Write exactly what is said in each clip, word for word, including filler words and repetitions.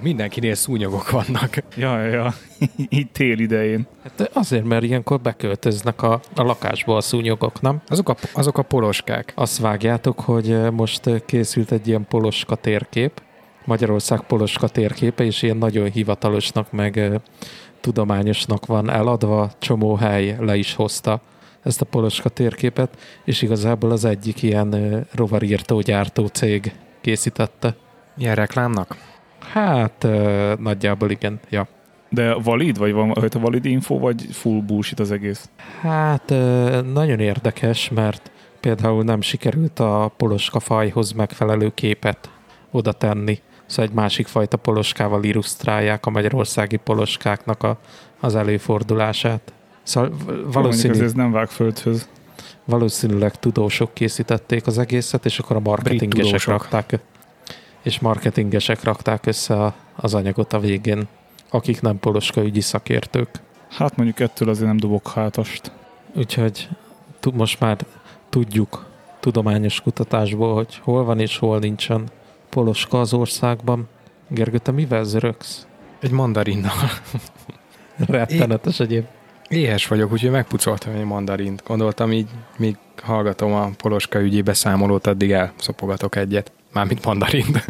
Mindenkinél szúnyogok vannak. Ja, ja, így tél idején. Hát azért, mert ilyenkor beköltöznek a, a lakásba a szúnyogok, nem? Azok a, azok a poloskák. Azt vágjátok, hogy most készült egy ilyen poloska térkép, Magyarország poloska térképe, és ilyen nagyon hivatalosnak, meg tudományosnak van eladva, csomó hely le is hozta ezt a poloska térképet, és igazából az egyik ilyen rovarírtó gyártó cég készítette. Ilyen reklámnak? Hát nagyjából igen, ja. De valid, vagy van rajta valid info, vagy full bullshit az egész? Hát nagyon érdekes, mert például nem sikerült a poloska fajhoz megfelelő képet oda tenni. Szóval egy másik fajta poloskával illusztrálják a magyarországi poloskáknak a, az előfordulását. Szóval valószínű, ez nem vág földhöz. Valószínűleg tudósok készítették az egészet, és akkor a marketingesek rakták, és marketingesek rakták össze a, az anyagot a végén, akik nem poloska ügyi szakértők. Hát mondjuk ettől azért nem dobok hátast. Úgyhogy most már tudjuk tudományos kutatásból, hogy hol van és hol nincsen poloska az országban. Gergő, te mivel zörögsz? Egy mandarinnal. Rettenetes egyéb. Éhes vagyok, úgyhogy megpucoltam egy mandarint. Gondoltam így, míg hallgatom a poloska ügyi beszámolót, addig elszopogatok egyet. Mármint mandarint.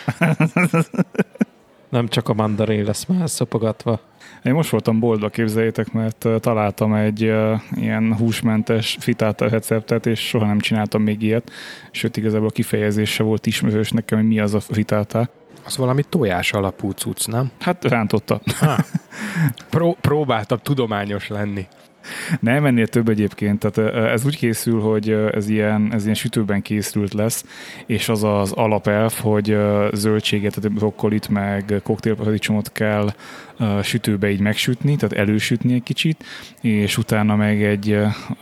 Nem csak a mandarin lesz már szopogatva. Én most voltam boltba, képzeljétek, mert találtam egy uh, ilyen húsmentes fritáta receptet, és soha nem csináltam még ilyet. Sőt, igazából a kifejezése volt ismerős nekem, hogy mi az a fritáta. Az valami tojás alapú cucc, nem? Hát rántotta. Ah. Pró- próbáltam tudományos lenni. Nem, ennél több egyébként. Tehát ez úgy készül, hogy ez ilyen, ez ilyen sütőben készült lesz, és az az alapelv, hogy zöldséget, tehát brokkolit, meg koktélparadicsomot kell sütőbe így megsütni, tehát elősütni egy kicsit, és utána meg egy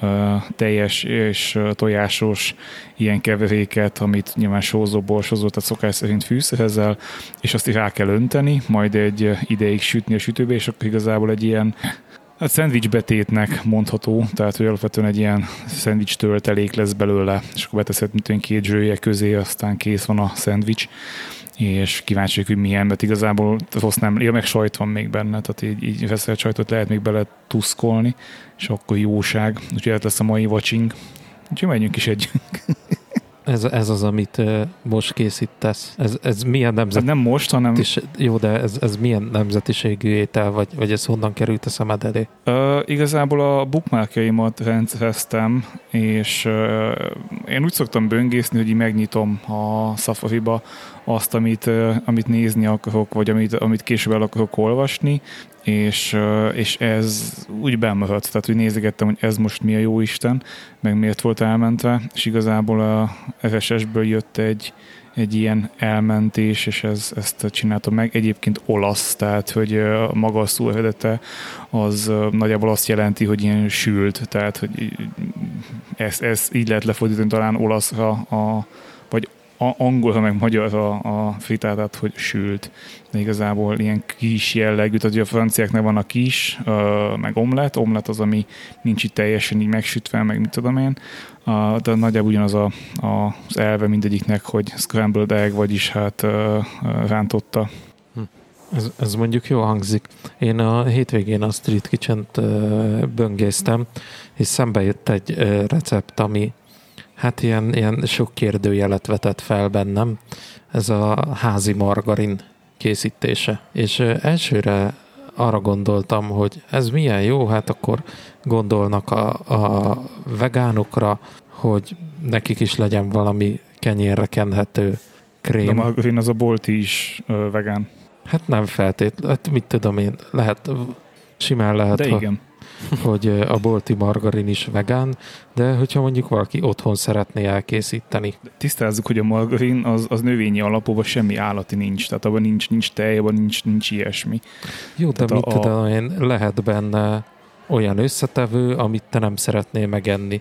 teljes és tojásos ilyen keveréket, amit nyilván sózó, borsózó, tehát szokás szerint fűszerezel, és azt is rá kell önteni, majd egy ideig sütni a sütőbe, és akkor igazából egy ilyen hát szendvics betétnek mondható, tehát hogy alapvetően egy ilyen szendvics töltelék lesz belőle, és akkor beteszed mint két zsője közé, aztán kész van a szendvics, és kíváncsi, hogy milyen, mert igazából rossz nem, él meg sajt van még benne, tehát így, így veszelt sajtot lehet még bele tuszkolni, és akkor jóság, úgyhogy ez lesz a mai watching, úgyhogy menjünk is egy. Ez, ez az, amit uh, most készítesz. Ez, ez milyen nemzet... Hát nem most, hanem... Is, jó, de ez, ez milyen nemzetiségű étel, vagy, vagy ez honnan került a szemed elé? Uh, igazából a bookmarkjaimat rendszereztem, és uh, én úgy szoktam böngészni, hogy így megnyitom a Safari-ba azt, amit, uh, amit nézni akarok, vagy amit, amit később el akarok olvasni, és, uh, és ez úgy bemaradt, tehát úgy nézegettem, hogy ez most mi a jó Isten, meg miért volt elmentve, és igazából a er es es-ből jött egy, egy ilyen elmentés, és ez, ezt csináltam meg. Egyébként olasz, tehát hogy a maga a szó eredete az nagyjából azt jelenti, hogy ilyen sült, tehát hogy ez, ez így lehet lefordítani talán olaszra, a, vagy angolra meg magyarra a fritátát, hogy sült. De igazából ilyen kis jellegű, tehát a franciáknál van a kis, meg omlet. Omlet az, ami nincs itt teljesen így megsütve, meg mit tudom én. De nagyjából ugyanaz a, a, az elve mindegyiknek, hogy scrambled egg, vagyis hát rántotta. Ez, ez mondjuk jól hangzik. Én a hétvégén a Street Kitchen-t böngésztem, és szembe jött egy recept, ami hát ilyen, ilyen sok kérdőjelet vetett fel bennem. Ez a házi margarin készítése. És elsőre arra gondoltam, hogy ez milyen jó, hát akkor gondolnak a, a vegánokra, hogy nekik is legyen valami kenyérre kenhető krém. De a margarin az a bolti is ö, vegán. Hát nem feltétlenül, hát mit tudom én, lehet, simán lehet, de igen. hogy a bolti margarin is vegán, de hogyha mondjuk valaki otthon szeretné elkészíteni. Tisztázzuk, hogy a margarin az, az növényi alapúban semmi állati nincs, tehát abban nincs, nincs tej, abban nincs, nincs ilyesmi. Jó, de tehát mit a, tudom én, lehet benne olyan összetevő, amit te nem szeretnél megenni.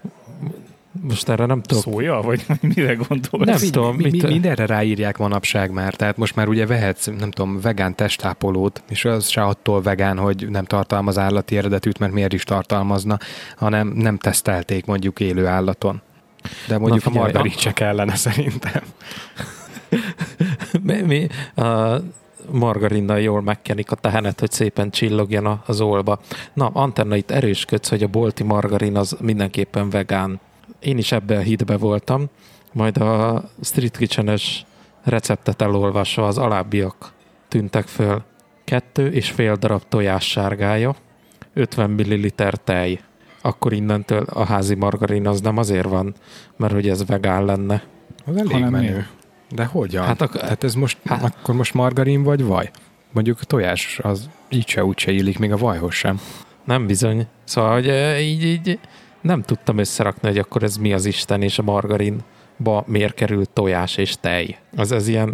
Most erre nem tudok. Szója? Vagy mire gondolsz? Nem tudom. Mi, mi, mit... Mindenre ráírják manapság már, tehát most már ugye vehetsz, nem tudom, vegán testápolót, és az se attól vegán, hogy nem tartalmaz állati eredetűt, mert miért is tartalmazna, hanem nem tesztelték mondjuk élő állaton. De mondjuk Na, figyelj, a margarin se kellene szerintem. mi, mi, a margarinnal jól megkenik a tehenet, hogy szépen csillogjon az olba. Na, Antenna, itt erősködsz, hogy a bolti margarin az mindenképpen vegán. Én is ebbe a hitbe voltam, majd a Street Kitchen-es receptet elolvasva az alábbiak tűntek föl. Kettő és fél darab tojás sárgája, ötven milliliter tej. Akkor innentől a házi margarin az nem azért van, mert hogy ez vegán lenne. Az elég Hanem menő. miért? De hogyan? Hát Hát, ak- Tehát ez most, hát- akkor most margarin vagy vaj? Mondjuk a tojás az így se úgy se illik, még a vajhoz sem. Nem bizony. Szóval, hogy e, így, így nem tudtam összerakni, hogy akkor ez mi az Isten, és a margarinba miért kerül tojás és tej. Az ez ilyen...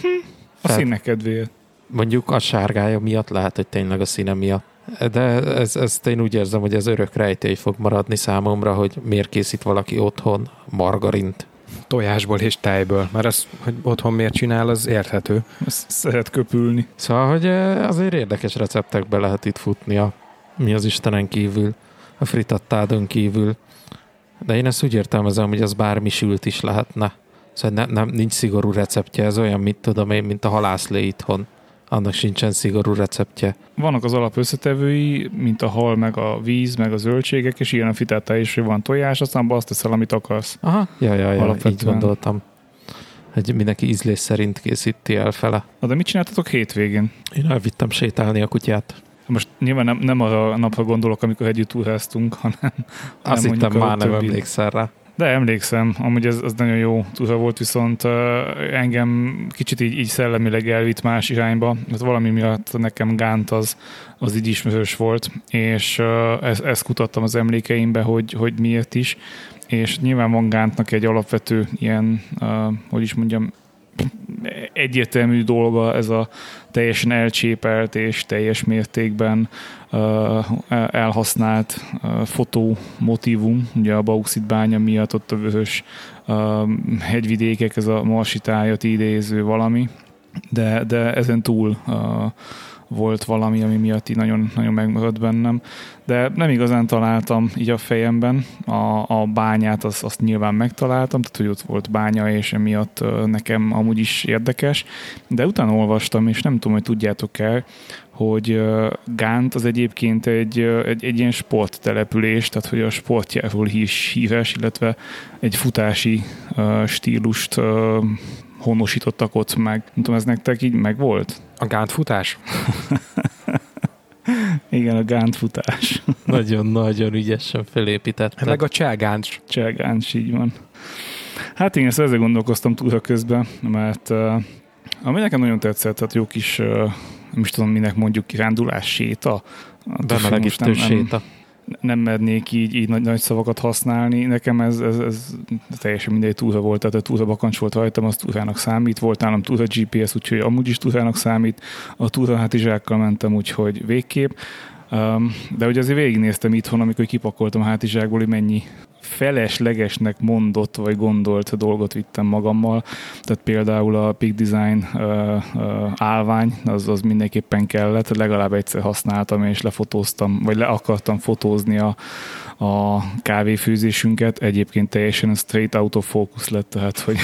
A fel- színek kedvéért. Mondjuk a sárgája miatt, lehet, hogy tényleg a színe miatt. De ez, ezt én úgy érzem, hogy ez örök rejtély fog maradni számomra, hogy miért készít valaki otthon margarint. Tojásból és tejből. Mert az, hogy otthon miért csinál, az érthető. Ezt szeret köpülni. Szóval, hogy eh, azért érdekes receptekbe lehet itt futnia. Mi az Istenen kívül, a fritattádon kívül. De én ezt úgy értelmezem, hogy az bármi sült is lehetne. Szóval ne, nem, nincs szigorú receptje, ez olyan, mit tudom én, mint a halászlé itthon. Annak sincsen szigorú receptje. Vannak az alap összetevői, mint a hal, meg a víz, meg a zöldségek, és ilyen a fritáta is, hogy van tojás, aztán be azt teszel, amit akarsz. Aha, ja, ja, ja, Alapvetően. így gondoltam. Hogy mindenki ízlés szerint készíti el fele. Na de mit csináltatok hétvégén? Én elvittem sétálni a kutyát. Most nyilván nem, nem arra a napra gondolok, amikor együtt túráztunk, hanem, Azt hanem hittem, mondjuk a már nem többi- emlékszel rá. De emlékszem, amúgy ez, ez nagyon jó túra volt, viszont uh, engem kicsit így, így szellemileg elvitt más irányba, mert valami miatt nekem Gánt az, az így ismerős volt, és uh, ezt, ezt kutattam az emlékeimbe, hogy, hogy miért is, és nyilván van Gántnak egy alapvető ilyen, uh, hogy is mondjam, egyértelmű dolga ez a teljesen elcsépelt és teljes mértékben uh, elhasznált uh, fotomotívum, ugye a bauxit bánya miatt ott a vörös uh, hegyvidékek, ez a marsitájat idéző valami, de, de ezen túl uh, volt valami, ami miatt így nagyon, nagyon megmaradt bennem. De nem igazán találtam így a fejemben. A, a bányát azt, azt nyilván megtaláltam, tehát hogy ott volt bánya, és emiatt nekem amúgy is érdekes. De utána olvastam, és nem tudom, hogy tudjátok-e, hogy Gánt az egyébként egy, egy, egy ilyen sporttelepülés, tehát hogy a sportjáról is híres, illetve egy futási uh, stílust uh, honosítottak ott meg. Nem tudom, ez nektek így megvolt? A gántfutás? Igen, a Gánt futás. Nagyon-nagyon ügyesen felépített. Meg a cselgáncs. Cselgáncs, így van. Hát igen, szóval ezzel gondolkoztam túra közben, mert uh, ami nekem nagyon tetszett, tehát jó kis, uh, nem is tudom, minek mondjuk kirándulás, séta. Bemelegítő séta. Nem mernék így, így nagy, nagy szavakat használni. Nekem ez, ez, ez teljesen mindegy túra volt, tehát a túra bakancs volt rajtam, az túrának számít. Volt nálam túra gé pé es, úgyhogy amúgy is túrának számít. A túra hátizsákkal mentem, úgyhogy végképp. Um, de ugye azért végignéztem itthon, amikor kipakoltam a hátizsákból, hogy mennyi feleslegesnek mondott vagy gondolt dolgot vittem magammal. Tehát például a Peak Design uh, uh, állvány, az, az mindenképpen kellett. Legalább egyszer használtam és lefotóztam, vagy le akartam fotózni a, a kávéfőzésünket. Egyébként teljesen straight out of focus lett, tehát hogy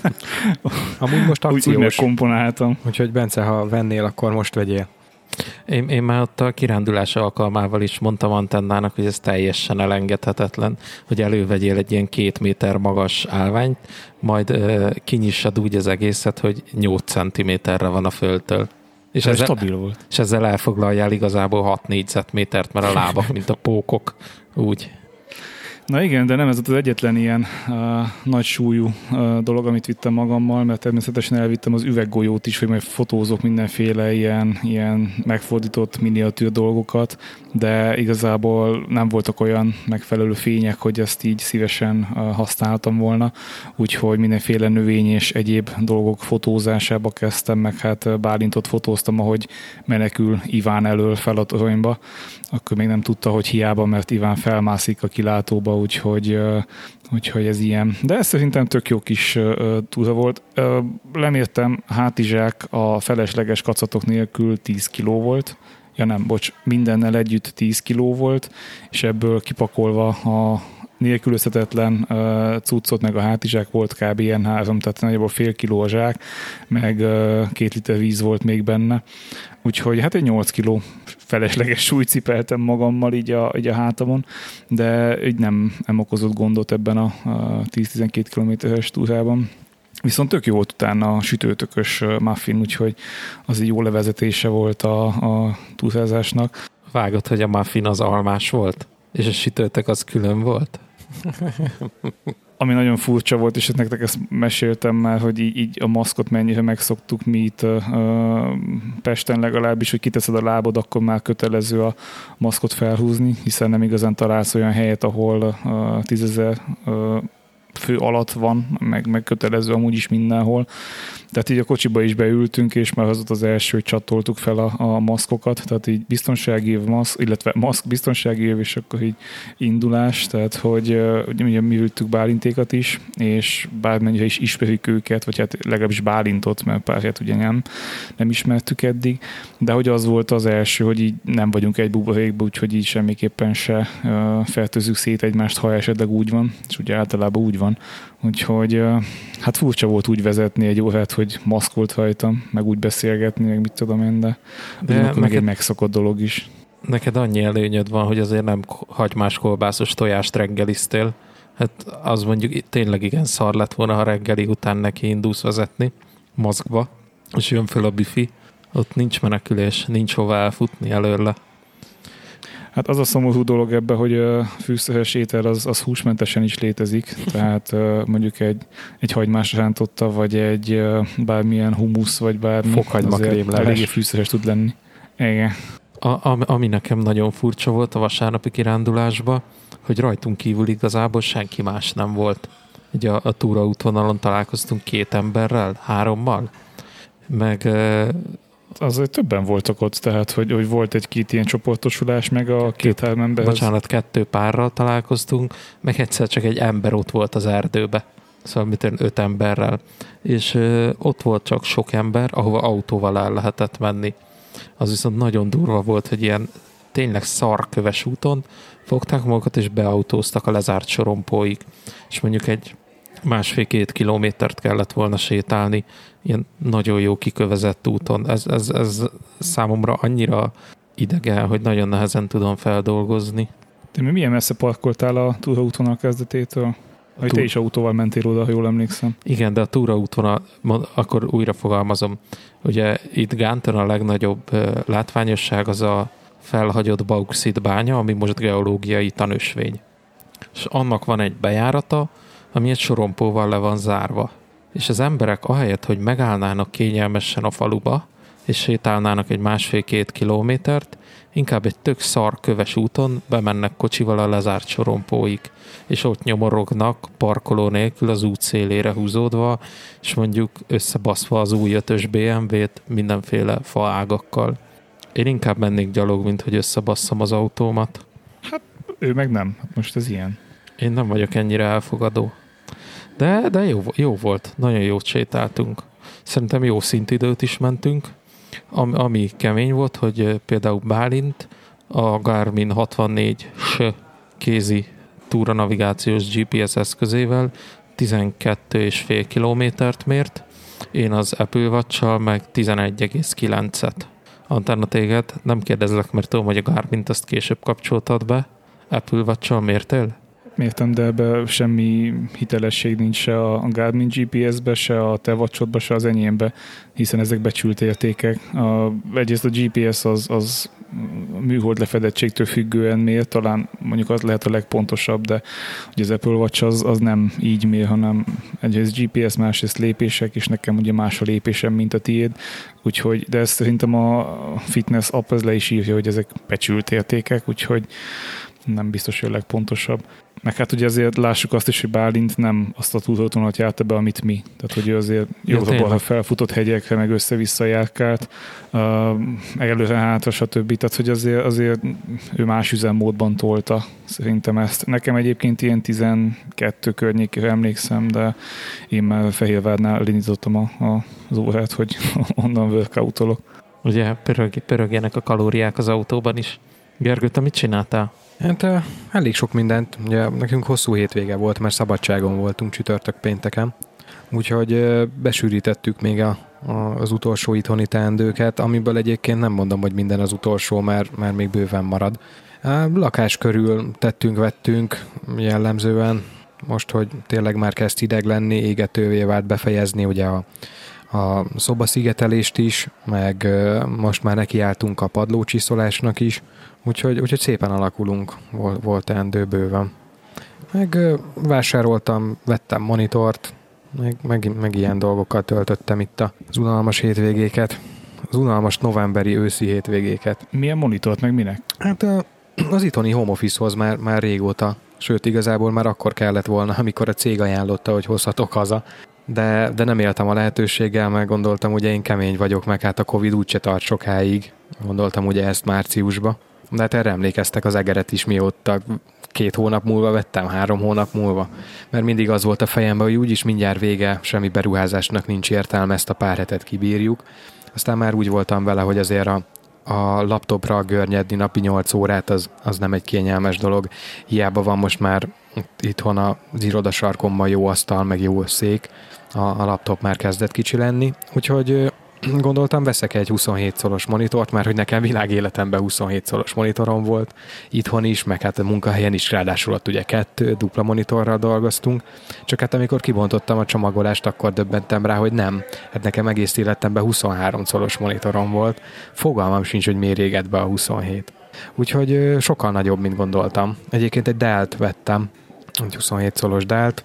Amúgy most úgy, úgy akciós. megkomponáltam. Úgyhogy Bence, ha vennél, akkor most vegyél. Én, én már ott a kirándulás alkalmával is mondtam Antennának, hogy ez teljesen elengedhetetlen, hogy elővegyél egy ilyen két méter magas állványt, majd uh, kinyissad úgy az egészet, hogy nyolc centiméterre van a földtől. És Ez ezzel, stabil volt. és ezzel elfoglaljál igazából hat négyzetmétert, mert a lábak, mint a pókok, úgy. Na igen, de nem ez az egyetlen ilyen uh, nagy súlyú uh, dolog, amit vittem magammal, mert természetesen elvittem az üveggolyót is, hogy majd fotózok mindenféle ilyen, ilyen megfordított miniatűr dolgokat, de igazából nem voltak olyan megfelelő fények, hogy ezt így szívesen uh, használtam volna, úgyhogy mindenféle növény és egyéb dolgok fotózásába kezdtem, meg hát Bálintot fotóztam, ahogy menekül Iván elől fel a toronyba, akkor még nem tudta, hogy hiába, mert Iván felmászik a kilátóba, úgyhogy, úgyhogy ez ilyen. De ez szerintem tök jó kis túra volt. Lemértem, hátizsák a felesleges kacatok nélkül tíz kiló volt. Ja nem, bocs, mindennel együtt tíz kiló volt, és ebből kipakolva a nélkülözhetetlen uh, cuccot, meg a hátizsák volt kb. Ilyen három, tehát nagyjából fél kiló a zsák, meg uh, két liter víz volt még benne. Úgyhogy hát egy nyolc kiló felesleges súlyt cipeltem magammal így a, így a hátamon, de így nem, nem okozott gondot ebben a, a tíz-tizenkét kilométeres túrában. Viszont tök jó volt utána a sütőtökös muffin, úgyhogy az egy jó levezetése volt a, a túrázásnak. Vágott, hogy a muffin az almás volt, és a sütőtök az külön volt? Ami nagyon furcsa volt, és nektek ezt meséltem már, hogy így, így a maszkot mennyire megszoktuk mi itt uh, Pesten legalábbis, hogy kiteszed a lábod, akkor már kötelező a maszkot felhúzni, hiszen nem igazán találsz olyan helyet, ahol uh, tízezer uh, fő alatt van, meg, meg kötelező amúgy is mindenhol. Tehát így a kocsiba is beültünk, és már az volt az első, hogy csatoltuk fel a, a maszkokat, tehát így biztonsági év maszk, illetve maszk biztonsági év, és akkor így indulás, tehát hogy ugye mi ültük Bálintékat is, és bármennyire is ismerjük őket, vagy hát legalábbis Bálintot, mert párját ugye nem, nem ismertük eddig, de hogy az volt az első, hogy így nem vagyunk egy buborékban, úgyhogy így semmiképpen se uh, fertőzzük szét egymást, ha esetleg úgy van, és ugye általában úgy van. Úgyhogy uh, hát furcsa volt úgy vezetni egy órát, hogy maszk volt rajtam, meg úgy beszélgetni, meg mit tudom én, de, de akkor neked, meg egy megszokott dolog is. Neked annyi előnyöd van, hogy azért nem hagymás kolbászos tojást reggeliztél. Hát az mondjuk tényleg igen szar lett volna, ha reggeli után neki indulsz vezetni maszkba, és jön föl a büfi. Ott nincs menekülés, nincs hova elfutni előle. Hát az a szomorú dolog ebben, hogy a fűszeres étel az, az húsmentesen is létezik, tehát mondjuk egy, egy hagymás rántotta, vagy egy bármilyen humusz, vagy bármi. Fokhagymakrémleves. Eléggé fűszeres tud lenni. Igen. A, ami nekem nagyon furcsa volt a vasárnapi kirándulásban, hogy rajtunk kívül igazából senki más nem volt. Ugye a, a túraútvonalon találkoztunk két emberrel, hárommal, meg... Azért többen voltak ott, tehát hogy, hogy volt egy-két ilyen csoportosulás, meg a két-három emberhez. Bocsánat, kettő párral találkoztunk, meg egyszer csak egy ember ott volt az erdőbe. Szóval mit öt emberrel. És ö, ott volt csak sok ember, ahova autóval el lehetett menni. Az viszont nagyon durva volt, hogy ilyen tényleg szarköves úton fogták magukat, és beautóztak a lezárt sorompóig. És mondjuk egy másfél-két kilométert kellett volna sétálni, ilyen nagyon jó kikövezett úton. Ez, ez, ez számomra annyira idegen, hogy nagyon nehezen tudom feldolgozni. Te mi milyen messze parkoltál a túraútvonal kezdetétől? Hogy te is autóval mentél oda, ha jól emlékszem. Igen, de a túraútvonal, akkor újra fogalmazom. Ugye itt Gánton a legnagyobb látványosság az a felhagyott bauxit bánya, ami most geológiai tanösvény. És annak van egy bejárata, ami egy sorompóval le van zárva. És az emberek ahelyett, hogy megállnának kényelmesen a faluba, és sétálnának egy másfél-két kilométert, inkább egy tök szar köves úton bemennek kocsival a lezárt sorompóig, és ott nyomorognak parkoló nélkül az út szélére húzódva, és mondjuk összebaszva az új ötös bé em vét mindenféle faágakkal. Én inkább mennék gyalog, mint hogy összebasszam az autómat. Hát ő meg nem, hát most ez ilyen. Én nem vagyok ennyire elfogadó. De, de jó, jó volt, nagyon jót sétáltunk. Szerintem jó szintidőt is mentünk. Ami, ami kemény volt, hogy például Bálint a Garmin hatvannégy S kézi túranavigációs gé pé es eszközével tizenkettő egész öt kilométert mért, én az Apple Watch-sal meg tizenegy egész kilencet. Antenna téged nem kérdezlek, mert tudom, hogy a Garmint azt később kapcsoltad be. Apple Watch-sal mértél? Mértem, de ebbe semmi hitelesség nincs se a Garmin gé pé es-be, se a te watchodba, se az enyémbe, hiszen ezek becsült értékek. A, egyrészt a gé pé es az, az műhold lefedettségtől függően mér, talán mondjuk az lehet a legpontosabb, de ugye az Apple Watch az, az nem így mér, hanem egyrészt gé pé es, másrészt lépések, és nekem ugye más a lépésem, mint a tiéd, úgyhogy, de ezt szerintem a fitness app az le is írja, hogy ezek becsült értékek, úgyhogy nem biztos, hogy a legpontosabb. Meg hát ugye azért lássuk azt is, hogy Bálint nem azt a túraútvonalat járta be, amit mi. Tehát, hogy ő azért jobbra-balra felfutott hegyekre, meg össze-vissza járkált, uh, előre-hátra, stb. Tehát, hogy azért, azért ő más üzemmódban tolta szerintem ezt. Nekem egyébként ilyen tizenkettő környékére emlékszem, de én már Fehérvárnál elindítottam a, a, az órát, hogy onnan workoutolok. Ugye pörög, pörögjenek a kalóriák az autóban is. Gergő, te mit csináltál? Hát elég sok mindent. Ugye nekünk hosszú hétvége volt, mert szabadságon voltunk csütörtök pénteken. Úgyhogy besűrítettük még a, a, az utolsó itthoni teendőket, amiből egyébként nem mondom, hogy minden az utolsó, mert, mert még bőven marad. A lakás körül tettünk-vettünk jellemzően, most, hogy tényleg már kezd hideg lenni, égetővé vált befejezni ugye a, a szobaszigetelést is, meg most már nekiálltunk a padlócsiszolásnak is, úgyhogy, úgyhogy szépen alakulunk, volt, volt teendő bőven. Meg vásároltam, vettem monitort, meg, meg, meg ilyen dolgokkal töltöttem itt az unalmas hétvégéket, az unalmas novemberi őszi hétvégéket. Milyen monitort, meg minek? Hát az itthoni home office-hoz már, már régóta, sőt igazából már akkor kellett volna, amikor a cég ajánlotta, hogy hozhatok haza, de, de nem éltem a lehetőséggel, mert gondoltam, ugye én kemény vagyok, meg hát a Covid úgyse tart sokáig, gondoltam ugye ezt márciusba, de hát erre emlékeztek az egeret is, mióta két hónap múlva vettem, három hónap múlva, mert mindig az volt a fejemben, hogy úgyis mindjárt vége, semmi beruházásnak nincs értelme, ezt a pár hetet kibírjuk. Aztán már úgy voltam vele, hogy azért a, a laptopra görnyedni napi nyolc órát, az, az nem egy kényelmes dolog. Hiába van most már itthon az irodasarkomban jó asztal, meg jó szék, a, a laptop már kezdett kicsi lenni, úgyhogy gondoltam, veszek egy huszonhét szolos monitort, mert hogy nekem világéletemben huszonhét szolos monitorom volt, itthon is, meg hát a munkahelyen is, ráadásul ott ugye kettő dupla monitorral dolgoztunk, csak hát amikor kibontottam a csomagolást, akkor döbbentem rá, hogy nem. Hát nekem egész életemben huszonhárom szolos monitorom volt, fogalmam sincs, hogy miért égett be a huszonhét. Úgyhogy sokkal nagyobb, mint gondoltam. Egyébként egy Dell-t vettem, egy huszonhét szolos Dell-t,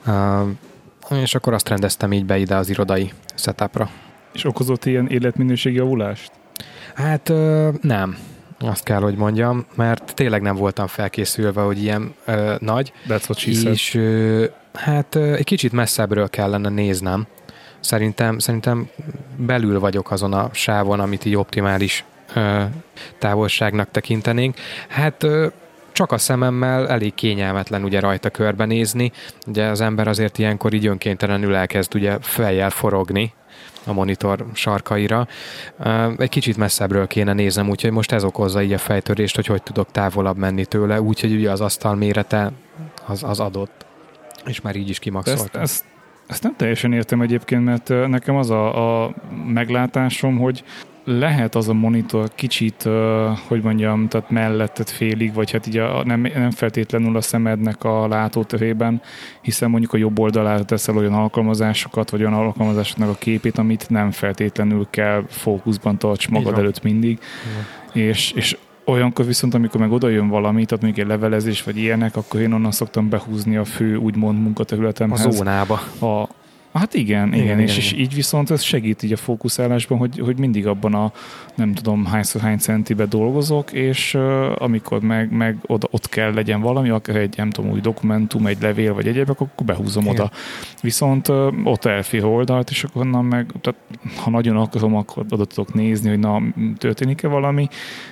és akkor azt rendeztem így be ide az irodai setupra. És okozott ilyen életminőségi javulást? Hát ö, nem, azt kell, hogy mondjam, mert tényleg nem voltam felkészülve, hogy ilyen ö, nagy. That's what she said. És ö, hát ö, egy kicsit messzebbről kellene néznem. Szerintem, szerintem belül vagyok azon a sávon, amit így optimális ö, távolságnak tekintenénk. Hát ö, csak a szememmel elég kényelmetlen ugye rajta körbenézni. Ugye az ember azért ilyenkor így önkéntelenül elkezd ugye fejjel forogni a monitor sarkaira. Egy kicsit messzebbről kéne néznem, úgyhogy most ez okozza így a fejtörést, hogy hogy tudok távolabb menni tőle, úgyhogy ugye az asztal mérete az, az adott. És már így is kimaxoltam. Ezt, ezt, ezt nem teljesen értem egyébként, mert nekem az a, a meglátásom, hogy lehet az a monitor kicsit, uh, hogy mondjam, tehát melletted félig, vagy hát így a, nem, nem feltétlenül a szemednek a látóterében, hiszen mondjuk a jobb oldalára teszel olyan alkalmazásokat, vagy olyan alkalmazásoknak a képét, amit nem feltétlenül kell fókuszban tarts magad előtt mindig. És, és olyankor viszont, amikor meg oda jön valami, tehát mondjuk egy levelezés, vagy ilyenek, akkor én onnan szoktam behúzni a fő, úgymond munkaterületemhez. A zónába. A, Hát igen, igen, igen, és, igen. és így viszont ez segít így a fókuszálásban, hogy, hogy mindig abban a nem tudom hányszor hány centibe dolgozok, és uh, amikor meg, meg oda, ott kell legyen valami, akár egy nem tudom, új dokumentum, egy levél, vagy egyébek, akkor behúzom igen. oda. Viszont uh, ott elfér oldalt, és akkor onnan meg, tehát, ha nagyon akarom, akkor oda tudok nézni, hogy na, történik-e valami,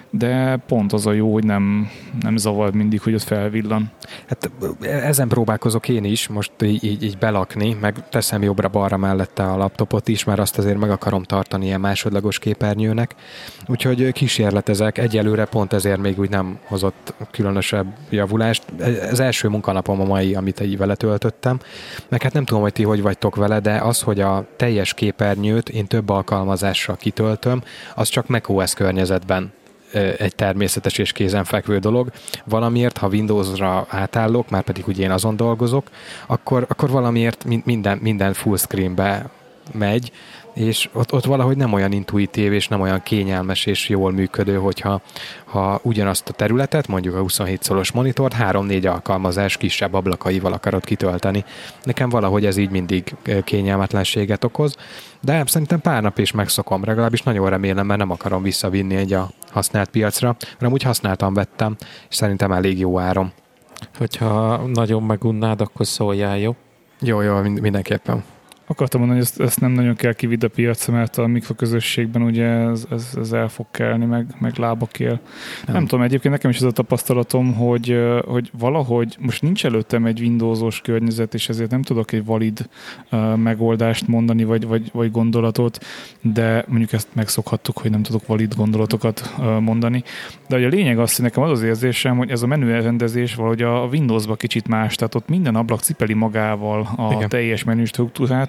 de pont az a jó, hogy nem, nem zavar mindig, hogy ott felvillan. Hát ezen próbálkozok én is, most így, így, így belakni, meg teszem jobbra-balra mellette a laptopot is, mert azt azért meg akarom tartani ilyen másodlagos képernyőnek. Úgyhogy kísérletezek, egyelőre pont ezért még úgy nem hozott különösebb javulást. Az első munkanapom a mai, amit így vele töltöttem, meg hát nem tudom, hogy ti hogy vagytok vele, de az, hogy a teljes képernyőt én több alkalmazással kitöltöm, az csak macOS környezetben egy természetes és kézenfekvő dolog. Valamiért, ha Windowsra átállok, már pedig ugye én azon dolgozok, akkor, akkor valamiért minden, minden full screenbe megy, és ott, ott valahogy nem olyan intuitív, és nem olyan kényelmes és jól működő, hogyha ha ugyanazt a területet, mondjuk a huszonhét szolos monitort, három-négy alkalmazás kisebb ablakaival akarod kitölteni. Nekem valahogy ez így mindig kényelmetlenséget okoz, de szerintem pár nap is megszokom, legalábbis nagyon remélem, mert nem akarom visszavinni egy a használt piacra, hanem úgy használtam, vettem, és szerintem elég jó áron. Hogyha nagyon megunnád, akkor szóljál, jó? Jó, jó, mindenképpen. Akartam mondani, hogy ezt, ezt nem nagyon kell kividd a piacra, mert a mikroközösségben ugye ez, ez, ez el fog kelni, meg, meg lábak él. Nem. nem tudom, egyébként nekem is ez a tapasztalatom, hogy, hogy valahogy most nincs előttem egy Windowsos környezet, és ezért nem tudok egy valid uh, megoldást mondani, vagy, vagy, vagy gondolatot, de mondjuk ezt megszokhattuk, hogy nem tudok valid gondolatokat uh, mondani. De a lényeg az, hogy nekem az az érzésem, hogy ez a menü elrendezés valahogy a Windowsban kicsit más, tehát ott minden ablak cipeli magával a Igen. teljes menü struktúrát,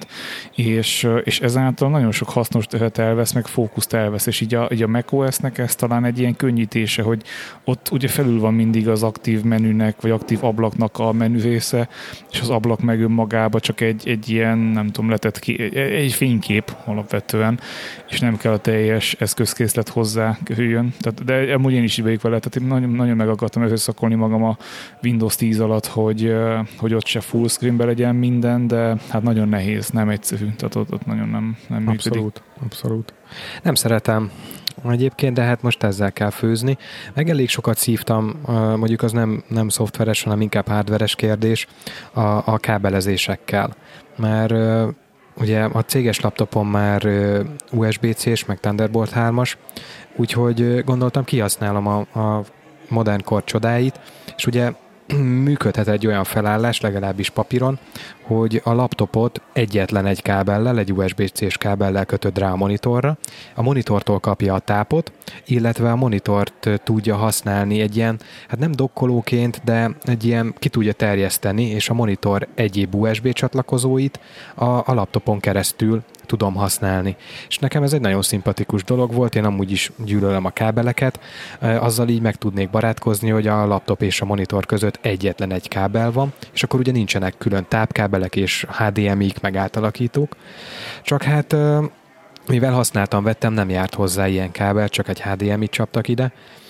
és, és ezáltal nagyon sok hasznos teret elvesz, meg fókuszt elvesz, és így a, így a macOS-nek ez talán egy ilyen könnyítése, hogy ott ugye felül van mindig az aktív menünek, vagy aktív ablaknak a menü része, és az ablak meg önmagában csak egy, egy ilyen, nem tudom, letett ki, egy fénykép alapvetően, és nem kell a teljes eszközkészlet hozzá kerüljön. Tehát, de amúgy én is így vagyok vele, tehát én nagyon, nagyon meg akartam összeszakolni magam a Windows tíz alatt, hogy, hogy ott se full screenbe legyen minden, de hát nagyon nehéz, nem egyszerű, tehát ott, ott nagyon nem, nem működik. Abszolút, abszolút. Nem szeretem egyébként, de hát most ezzel kell főzni. Meg elég sokat szívtam, mondjuk az nem, nem szoftveres, hanem inkább hardveres kérdés a, a kábelezésekkel. Mert ugye a céges laptopon már u es bé cés, meg Thunderbolt hármas, úgyhogy gondoltam, kihasználom a, a modern kor csodáit, és ugye működhet egy olyan felállás, legalábbis papíron, hogy a laptopot egyetlen egy kábellel, egy u es bé cés kábellel kötöd rá a monitorra, a monitortól kapja a tápot, illetve a monitort tudja használni egy ilyen, hát nem dokkolóként, de egy ilyen ki tudja terjeszteni, és a monitor egyéb u es bé csatlakozóit a, a laptopon keresztül tudom használni. És nekem ez egy nagyon szimpatikus dolog volt, én amúgy is gyűlölöm a kábeleket, azzal így meg tudnék barátkozni, hogy a laptop és a monitor között egyetlen egy kábel van, és akkor ugye nincsenek külön tápkábelek és há dé em i-k meg átalakítók. Csak hát mivel használtam, vettem, nem járt hozzá ilyen kábel, csak egy há dé em i-t csaptak ide,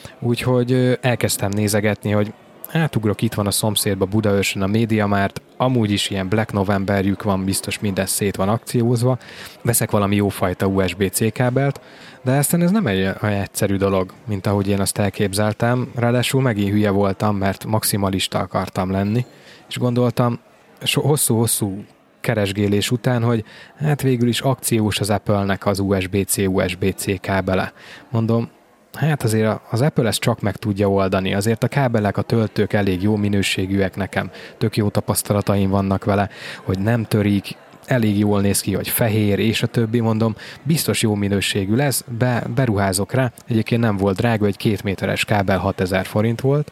úgyhogy elkezdtem nézegetni, hogy átugrok, itt van a szomszédba Budaörsön a MediaMart, amúgy is ilyen Black Novemberjük van, biztos minden szét van akciózva, veszek valami jófajta u es bé cé kábelt, de aztán ez nem egy olyan egyszerű dolog, mint ahogy én azt elképzeltem, ráadásul megint hülye voltam, mert maximalista akartam lenni, és gondoltam hosszú-hosszú keresgélés után, hogy hát végül is akciós az Apple-nek az u es bé cé u es bé cé kábele. Mondom, hát azért az Apple ezt csak meg tudja oldani. Azért a kábelek, a töltők elég jó minőségűek nekem. Tök jó tapasztalataim vannak vele, hogy nem törik, elég jól néz ki, hogy fehér, és a többi, mondom, biztos jó minőségű lesz, be, beruházok rá. Egyébként nem volt drága, egy két méteres kábel hatezer forint volt.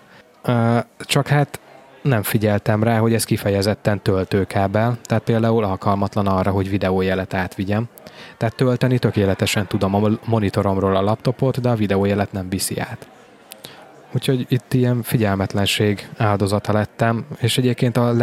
Csak hát nem figyeltem rá, hogy ez kifejezetten töltőkábel, tehát például alkalmatlan arra, hogy videójelet átvigyem. Tehát tölteni tökéletesen tudom a monitoromról a laptopot, de a videójelet nem viszi át. Úgyhogy itt ilyen figyelmetlenség áldozata lettem, és egyébként a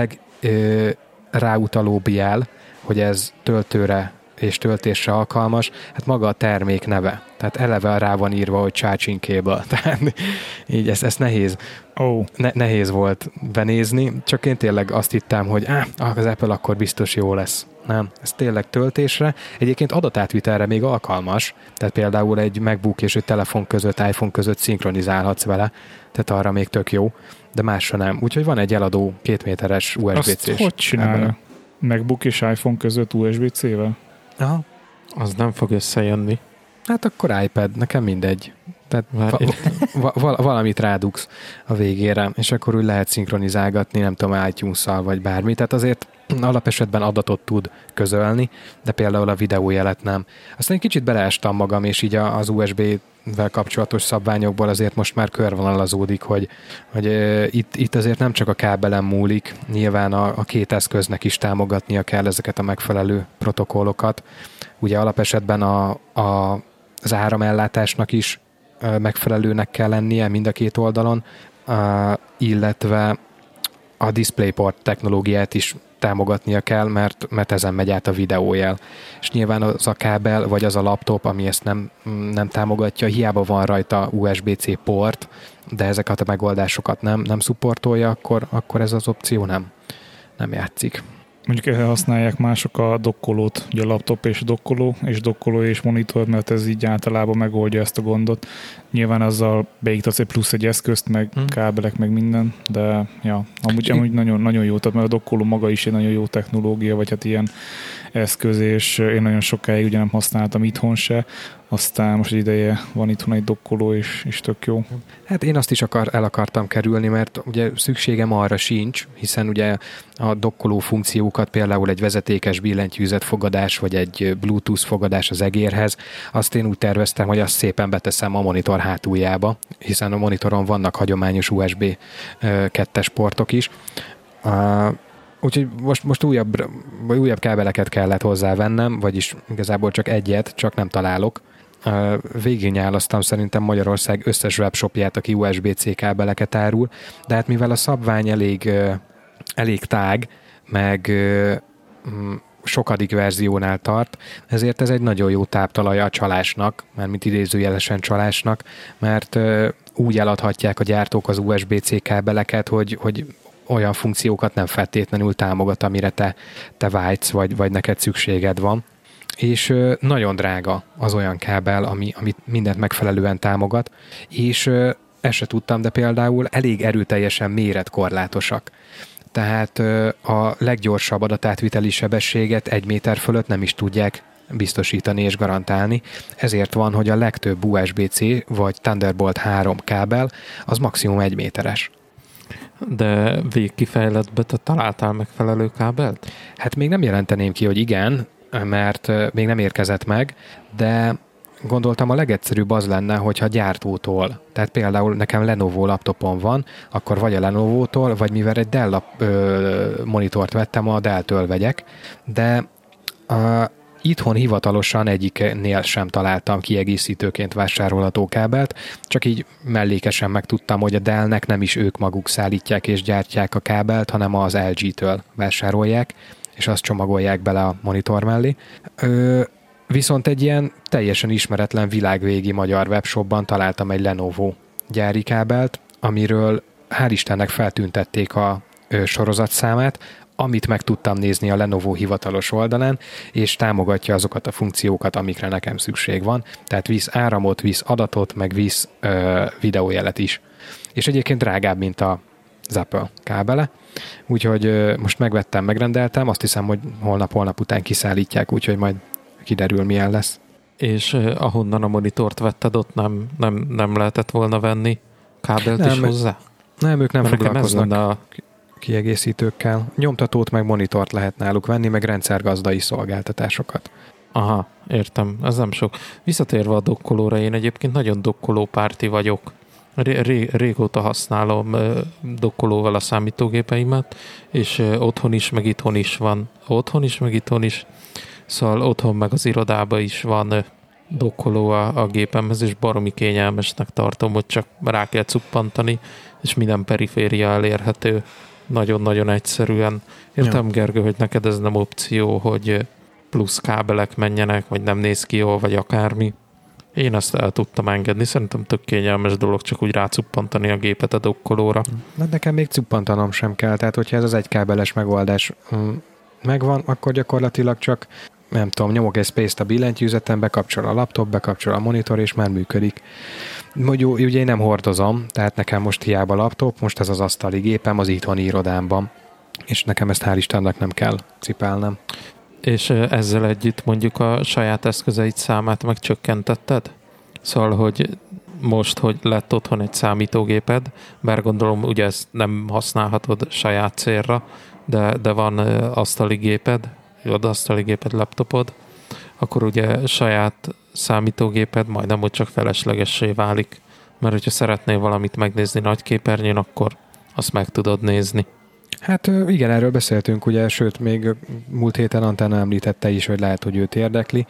legráutalóbb jel, hogy ez töltőre és töltésre alkalmas, hát maga a termék neve. Tehát eleve rá van írva, hogy charging cable. Tehát így ezt, ezt nehéz, oh. ne, nehéz volt benézni, csak én tényleg azt hittem, hogy áh, az Apple akkor biztos jó lesz. Nem, ez tényleg töltésre. Egyébként adatátvitelre még alkalmas, tehát például egy MacBook és egy telefon között, iPhone között szinkronizálhatsz vele, tehát arra még tök jó, de másra nem. Úgyhogy van egy eladó két méteres u es bé cés. Azt hogy csinálja? MacBook és iPhone között u es bé cével? Aha. Az nem fog összejönni. Hát akkor iPad, nekem mindegy. Tehát va- va- va- valamit rádugsz a végére, és akkor úgy lehet szinkronizálgatni, nem tudom, iTunes-szal vagy bármi. Tehát azért alapesetben adatot tud közölni, de például a videójelet nem. Aztán egy kicsit beleestem magam, és így az u es bé-vel kapcsolatos szabványokból azért most már körvonalazódik, hogy, hogy uh, itt, itt azért nem csak a kábelen múlik, nyilván a, a két eszköznek is támogatnia kell ezeket a megfelelő protokollokat. Ugye alapesetben a, a, az áramellátásnak is uh, megfelelőnek kell lennie mind a két oldalon, uh, illetve a DisplayPort technológiát is támogatnia kell, mert, mert ezen megy át a videójel. És nyilván az a kábel, vagy az a laptop, ami ezt nem, nem támogatja, hiába van rajta u es bé cé port, de ezeket a megoldásokat nem, nem szupportolja, akkor, akkor ez az opció nem, nem játszik. Mondjuk erre használják mások a dokkolót, ugye a laptop és dokkoló, és dokkoló és monitor, mert ez így általában megoldja ezt a gondot. Nyilván azzal beiktatsz egy plusz egy eszközt, meg hmm. kábelek, meg minden, de ja, amúgy, amúgy nagyon, nagyon jó, tehát mert a dokkoló maga is egy nagyon jó technológia, vagy hát ilyen eszköz, és én nagyon sokáig ugye nem használtam itthon se, aztán most egy ideje van itthon egy dokkoló, és, és tök jó. Hát én azt is akar, el akartam kerülni, mert ugye szükségem arra sincs, hiszen ugye a dokkoló funkciókat, például egy vezetékes billentyűzet fogadás, vagy egy Bluetooth fogadás az egérhez, azt én úgy terveztem, hogy azt szépen beteszem a monitor hátuljába, hiszen a monitoron vannak hagyományos u es bé kettes portok is. Uh, úgyhogy most, most újabb, vagy újabb kábeleket kellett hozzávennem, vagyis igazából csak egyet, csak nem találok. Uh, végignyálasztam szerintem Magyarország összes webshopját, aki u es bé-C kábeleket árul, de hát mivel a szabvány elég, uh, elég tág, meg uh, sokadik verziónál tart, ezért ez egy nagyon jó táptalaja a csalásnak, mármint idézőjelesen csalásnak, mert uh, úgy eladhatják a gyártók az u es bé-C kábeleket, hogy, hogy olyan funkciókat nem feltétlenül támogat, amire te, te vágysz, vagy, vagy neked szükséged van. És nagyon drága az olyan kábel, ami, ami mindent megfelelően támogat, és ezt se tudtam, de például elég erőteljesen méretkorlátosak. Tehát a leggyorsabb adatátviteli sebességet egy méter fölött nem is tudják biztosítani és garantálni. Ezért van, hogy a legtöbb u es bé-C vagy Thunderbolt három kábel az maximum egy méteres. De végkifejletbe te találtál megfelelő kábelt? Hát még nem jelenteném ki, hogy igen, mert még nem érkezett meg, de gondoltam a legegyszerűbb az lenne, hogyha gyártótól, tehát például nekem Lenovo laptopon van, akkor vagy a Lenovo-tól, vagy mivel egy Dell lap, ö, monitort vettem, a Dell-től vegyek, de a, itthon hivatalosan egyiknél sem találtam kiegészítőként vásárolható kábelt, csak így mellékesen megtudtam, hogy a Dellnek nem is ők maguk szállítják és gyártják a kábelt, hanem az el gé-től vásárolják, és azt csomagolják bele a monitor mellé. Ö, viszont egy ilyen teljesen ismeretlen világvégi magyar webshopban találtam egy Lenovo gyári kábelt, amiről hál' Istennek feltüntették a ö, sorozatszámát, amit meg tudtam nézni a Lenovo hivatalos oldalán, és támogatja azokat a funkciókat, amikre nekem szükség van. Tehát visz áramot, visz adatot, meg visz ö, videójelet is. És egyébként drágább, mint a Apple kábele. Úgyhogy ö, most megvettem, megrendeltem, azt hiszem, hogy holnap-holnap után kiszállítják, úgyhogy majd kiderül, milyen lesz. És uh, ahonnan a monitort vetted, ott nem, nem, nem lehetett volna venni kábelt nem, is hozzá? Nem, ők nem Mert foglalkoznak a... kiegészítőkkel. Nyomtatót meg monitort lehet náluk venni, meg rendszergazdai szolgáltatásokat. Aha, értem, ez nem sok. Visszatérve a dokkolóra, én egyébként nagyon dokkoló párti vagyok. Ré- régóta használom dokkolóval a számítógépeimet, és otthon is, meg itthon is van. Otthon is, meg itthon is. Szóval otthon meg az irodában is van dokkoló a, a gépemhez, és baromi kényelmesnek tartom, hogy csak rá kell cuppantani, és minden periféria elérhető. Nagyon-nagyon egyszerűen. Értem, ja. Gergő, hogy neked ez nem opció, hogy plusz kábelek menjenek, vagy nem néz ki jól, vagy akármi. Én azt el tudtam engedni, szerintem tök kényelmes dolog csak úgy rácuppantani a gépet a dokkolóra. Na, nekem még cuppantanom sem kell, tehát hogyha ez az egy kábeles megoldás megvan, akkor gyakorlatilag csak nem tudom, nyomok egy space-t a billentyűzeten, bekapcsol a laptop, bekapcsol a monitor, és már működik. Ugye én nem hordozom, tehát nekem most hiába laptop, most ez az asztali gépem az itthoni irodámban, és nekem ezt hál' Istennek nem kell cipelnem. És ezzel együtt mondjuk a saját eszközeid számát megcsökkentetted? Szóval, hogy most, hogy lett otthon egy számítógéped, bár gondolom ugye ezt nem használhatod saját célra, de, de van asztali géped, asztali géped, laptopod, akkor ugye saját számítógéped majdnem, hogy csak feleslegessé válik. Mert hogyha szeretnél valamit megnézni nagy képernyőn, akkor azt meg tudod nézni. Hát igen, erről beszéltünk, ugye, sőt, még múlt héten Antenna említette is, hogy lehet, hogy őt érdekli.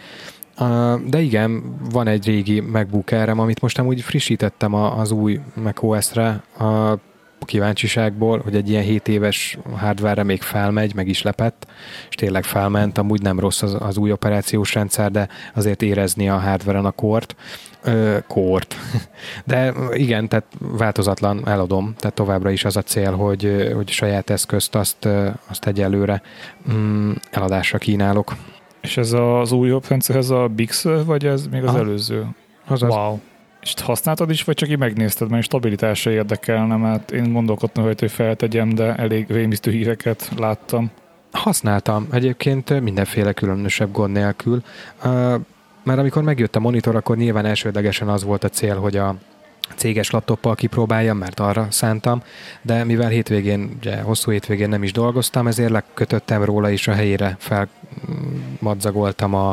De igen, van egy régi MacBook Air-em, amit most amúgy frissítettem az új macOS-re a kíváncsiságból, hogy egy ilyen hét éves hardware-re még felmegy, meg is lepett, és tényleg felment, amúgy nem rossz az, az új operációs rendszer, de azért érezni a hardware-en a kort. Ö, kort. De igen, tehát változatlan eladom, tehát továbbra is az a cél, hogy, hogy saját eszközt azt, azt egyelőre mm, eladásra kínálok. És ez az újabb rendszer, ez a Bix, vagy ez még az ah, előző? Azaz. Wow. És használtad is, vagy csak így megnézted, mert stabilitásra érdekelne, mert én gondolkodtam, hogy feltegyem, de elég rémisztő híreket láttam. Használtam egyébként mindenféle különösebb gond nélkül, mert amikor megjött a monitor, akkor nyilván elsődlegesen az volt a cél, hogy a céges laptoppal kipróbáljam, mert arra szántam, de mivel hétvégén, ugye hosszú hétvégén nem is dolgoztam, ezért lekötöttem róla is a helyére, felmadzagoltam a,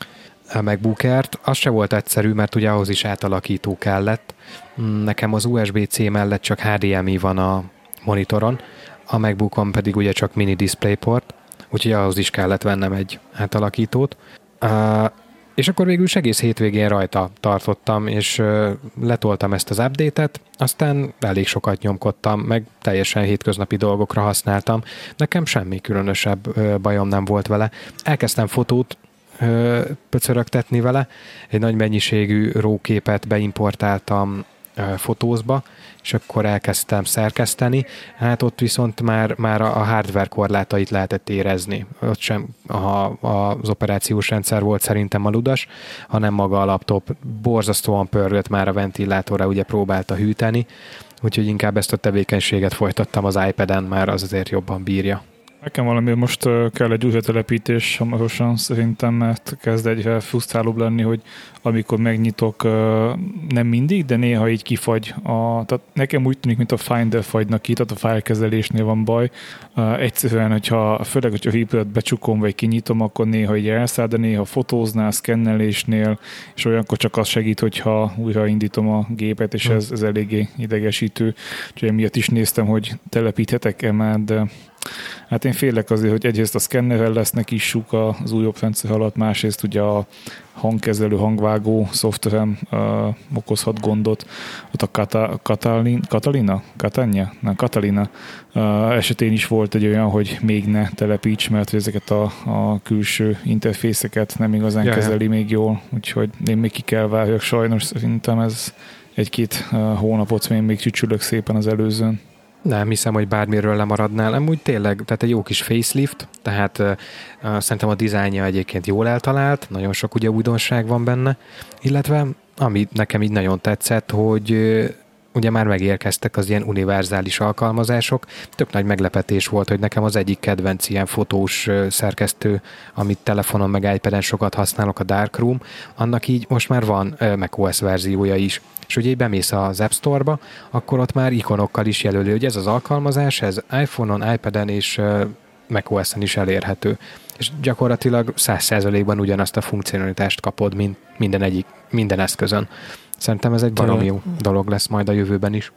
a MacBook Air-t. Az se volt egyszerű, mert ugye ahhoz is átalakító kellett. Nekem az u es bé cé mellett csak há dé em i van a monitoron, a MacBookon pedig ugye csak mini DisplayPort, úgyhogy ahhoz is kellett vennem egy átalakítót. Uh, és akkor végül is egész hétvégén rajta tartottam, és uh, letoltam ezt az update-et, aztán elég sokat nyomkodtam, meg teljesen hétköznapi dolgokra használtam. Nekem semmi különösebb uh, bajom nem volt vele. Elkezdtem fotót uh, pöcörögtetni vele, egy nagy mennyiségű róképet beimportáltam fotózba, és akkor elkezdtem szerkeszteni. Hát ott viszont már, már a hardware korlátait lehetett érezni. Ott sem a, az operációs rendszer volt szerintem a ludas, hanem maga a laptop. Borzasztóan pörgött, már a ventilátorra ugye próbálta hűteni, úgyhogy inkább ezt a tevékenységet folytattam az iPad-en, már az azért jobban bírja. Nekem valami most kell egy újra telepítés hamarosan szerintem, mert kezd egyre frusztrálóbb lenni, hogy amikor megnyitok, nem mindig, de néha így kifagy. A, tehát nekem úgy tűnik, mint a Finder fagynak ki, tehát a fájlkezelésnél van baj. Egyszerűen, hogyha, főleg, hogyha a hípőt becsukom, vagy kinyitom, akkor néha így elszáll, de néha fotóznál, szkennelésnél, és olyankor csak az segít, hogyha újra indítom a gépet, és ez, ez eléggé idegesítő. Úgyhogy miatt is néztem, hogy telepíthetek-e már, de hát én félek azért, hogy egyrészt a szkennerrel lesznek issuk az újabb rendszer alatt, másrészt ugye a hangkezelő, hangvágó szoftverem uh, okozhat gondot. Ott a Kata, Katalin, Katalina? Katanya? Nem, Katalina uh, esetén is volt egy olyan, hogy még ne telepíts, mert ezeket a, a külső interfészeket nem igazán ja, kezeli ja. még jól, úgyhogy én még ki kell várjak, sajnos szerintem ez egy-két uh, hónapot még, még csücsülök szépen az előzőn. Nem hiszem, hogy bármiről lemaradnál. Amúgy tényleg, tehát egy jó kis facelift, tehát uh, szerintem a dizájnja egyébként jól eltalált, nagyon sok ugye újdonság van benne, illetve ami nekem így nagyon tetszett, hogy uh, ugye már megérkeztek az ilyen univerzális alkalmazások. Tök nagy meglepetés volt, hogy nekem az egyik kedvenc ilyen fotós uh, szerkesztő, amit telefonon meg iPad-en sokat használok, a Darkroom, annak így most már van uh, macOS verziója is. És ugye így bemész az App Store-ba, akkor ott már ikonokkal is jelöli, hogy ez az alkalmazás, ez iPhone-on, iPad-en és uh, macOS-en is elérhető. És gyakorlatilag száz százalékban ugyanazt a funkcionalitást kapod, mint minden, egyik, minden eszközön. Szerintem ez egy baromi jó dolog lesz majd a jövőben is.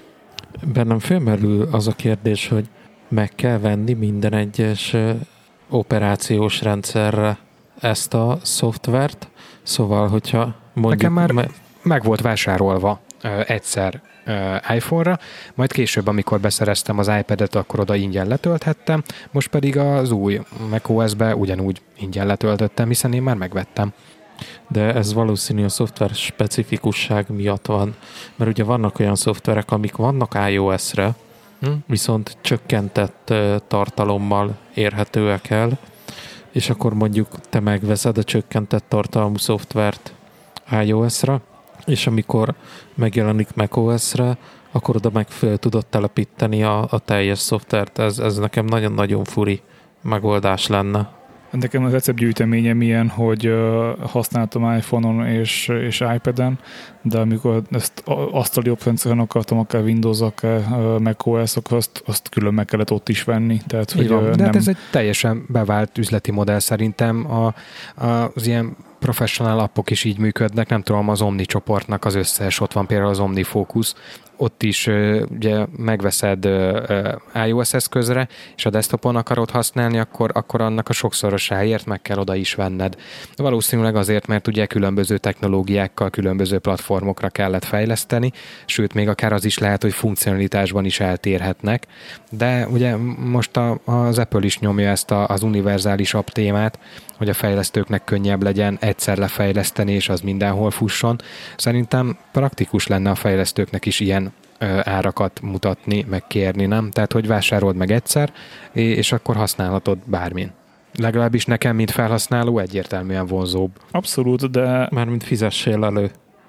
Bennem felmerül az a kérdés, hogy meg kell venni minden egyes operációs rendszerre ezt a szoftvert, szóval, hogyha mondjuk... Nekem már me- meg volt vásárolva uh, egyszer uh, iPhone-ra, majd később, amikor beszereztem az iPad-et, akkor oda ingyen letölthettem, most pedig az új macOS-be ugyanúgy ingyen letöltöttem, hiszen én már megvettem. De ez valószínű a szoftver specifikusság miatt van, mert ugye vannak olyan szoftverek, amik vannak iOS-re, hm? viszont csökkentett uh, tartalommal érhetőek el, és akkor mondjuk te megveszed a csökkentett tartalmú szoftvert iOS-ra, és amikor megjelenik macOS-re, akkor oda meg fel tudod telepíteni a, a teljes szoftvert. Ez, ez nekem nagyon-nagyon furi megoldás lenne. Nekem az receptgyűjteményem ilyen, hogy uh, használtam iPhone-on és, és iPad-en, de amikor ezt asztali oprendszeren akartam, akár Windows, akár uh, macOS, akkor azt, azt külön meg kellett ott is venni. Tehát, hogy, uh, de nem... hát ez egy teljesen bevált üzleti modell szerintem. A, a, az ilyen professional appok is így működnek, nem tudom, az Omni csoportnak az összes, ott van például az Omni Focus, ott is ugye megveszed iOS eszközre, és a desktopon akarod használni, akkor, akkor annak a sokszorosáért meg kell oda is venned. Valószínűleg azért, mert ugye különböző technológiákkal, különböző platformokra kellett fejleszteni, sőt, még akár az is lehet, hogy funkcionalitásban is eltérhetnek, de ugye most a, az Apple is nyomja ezt a, az univerzális app témát, hogy a fejlesztőknek könnyebb legyen egyszer lefejleszteni, és az mindenhol fusson. Szerintem praktikus lenne a fejlesztőknek is ilyen ö, árakat mutatni, meg kérni, nem? Tehát, hogy vásárold meg egyszer, és akkor használhatod bármin. Legalábbis nekem, mint felhasználó, egyértelműen vonzóbb. Abszolút, de... Mármint fizessél elő.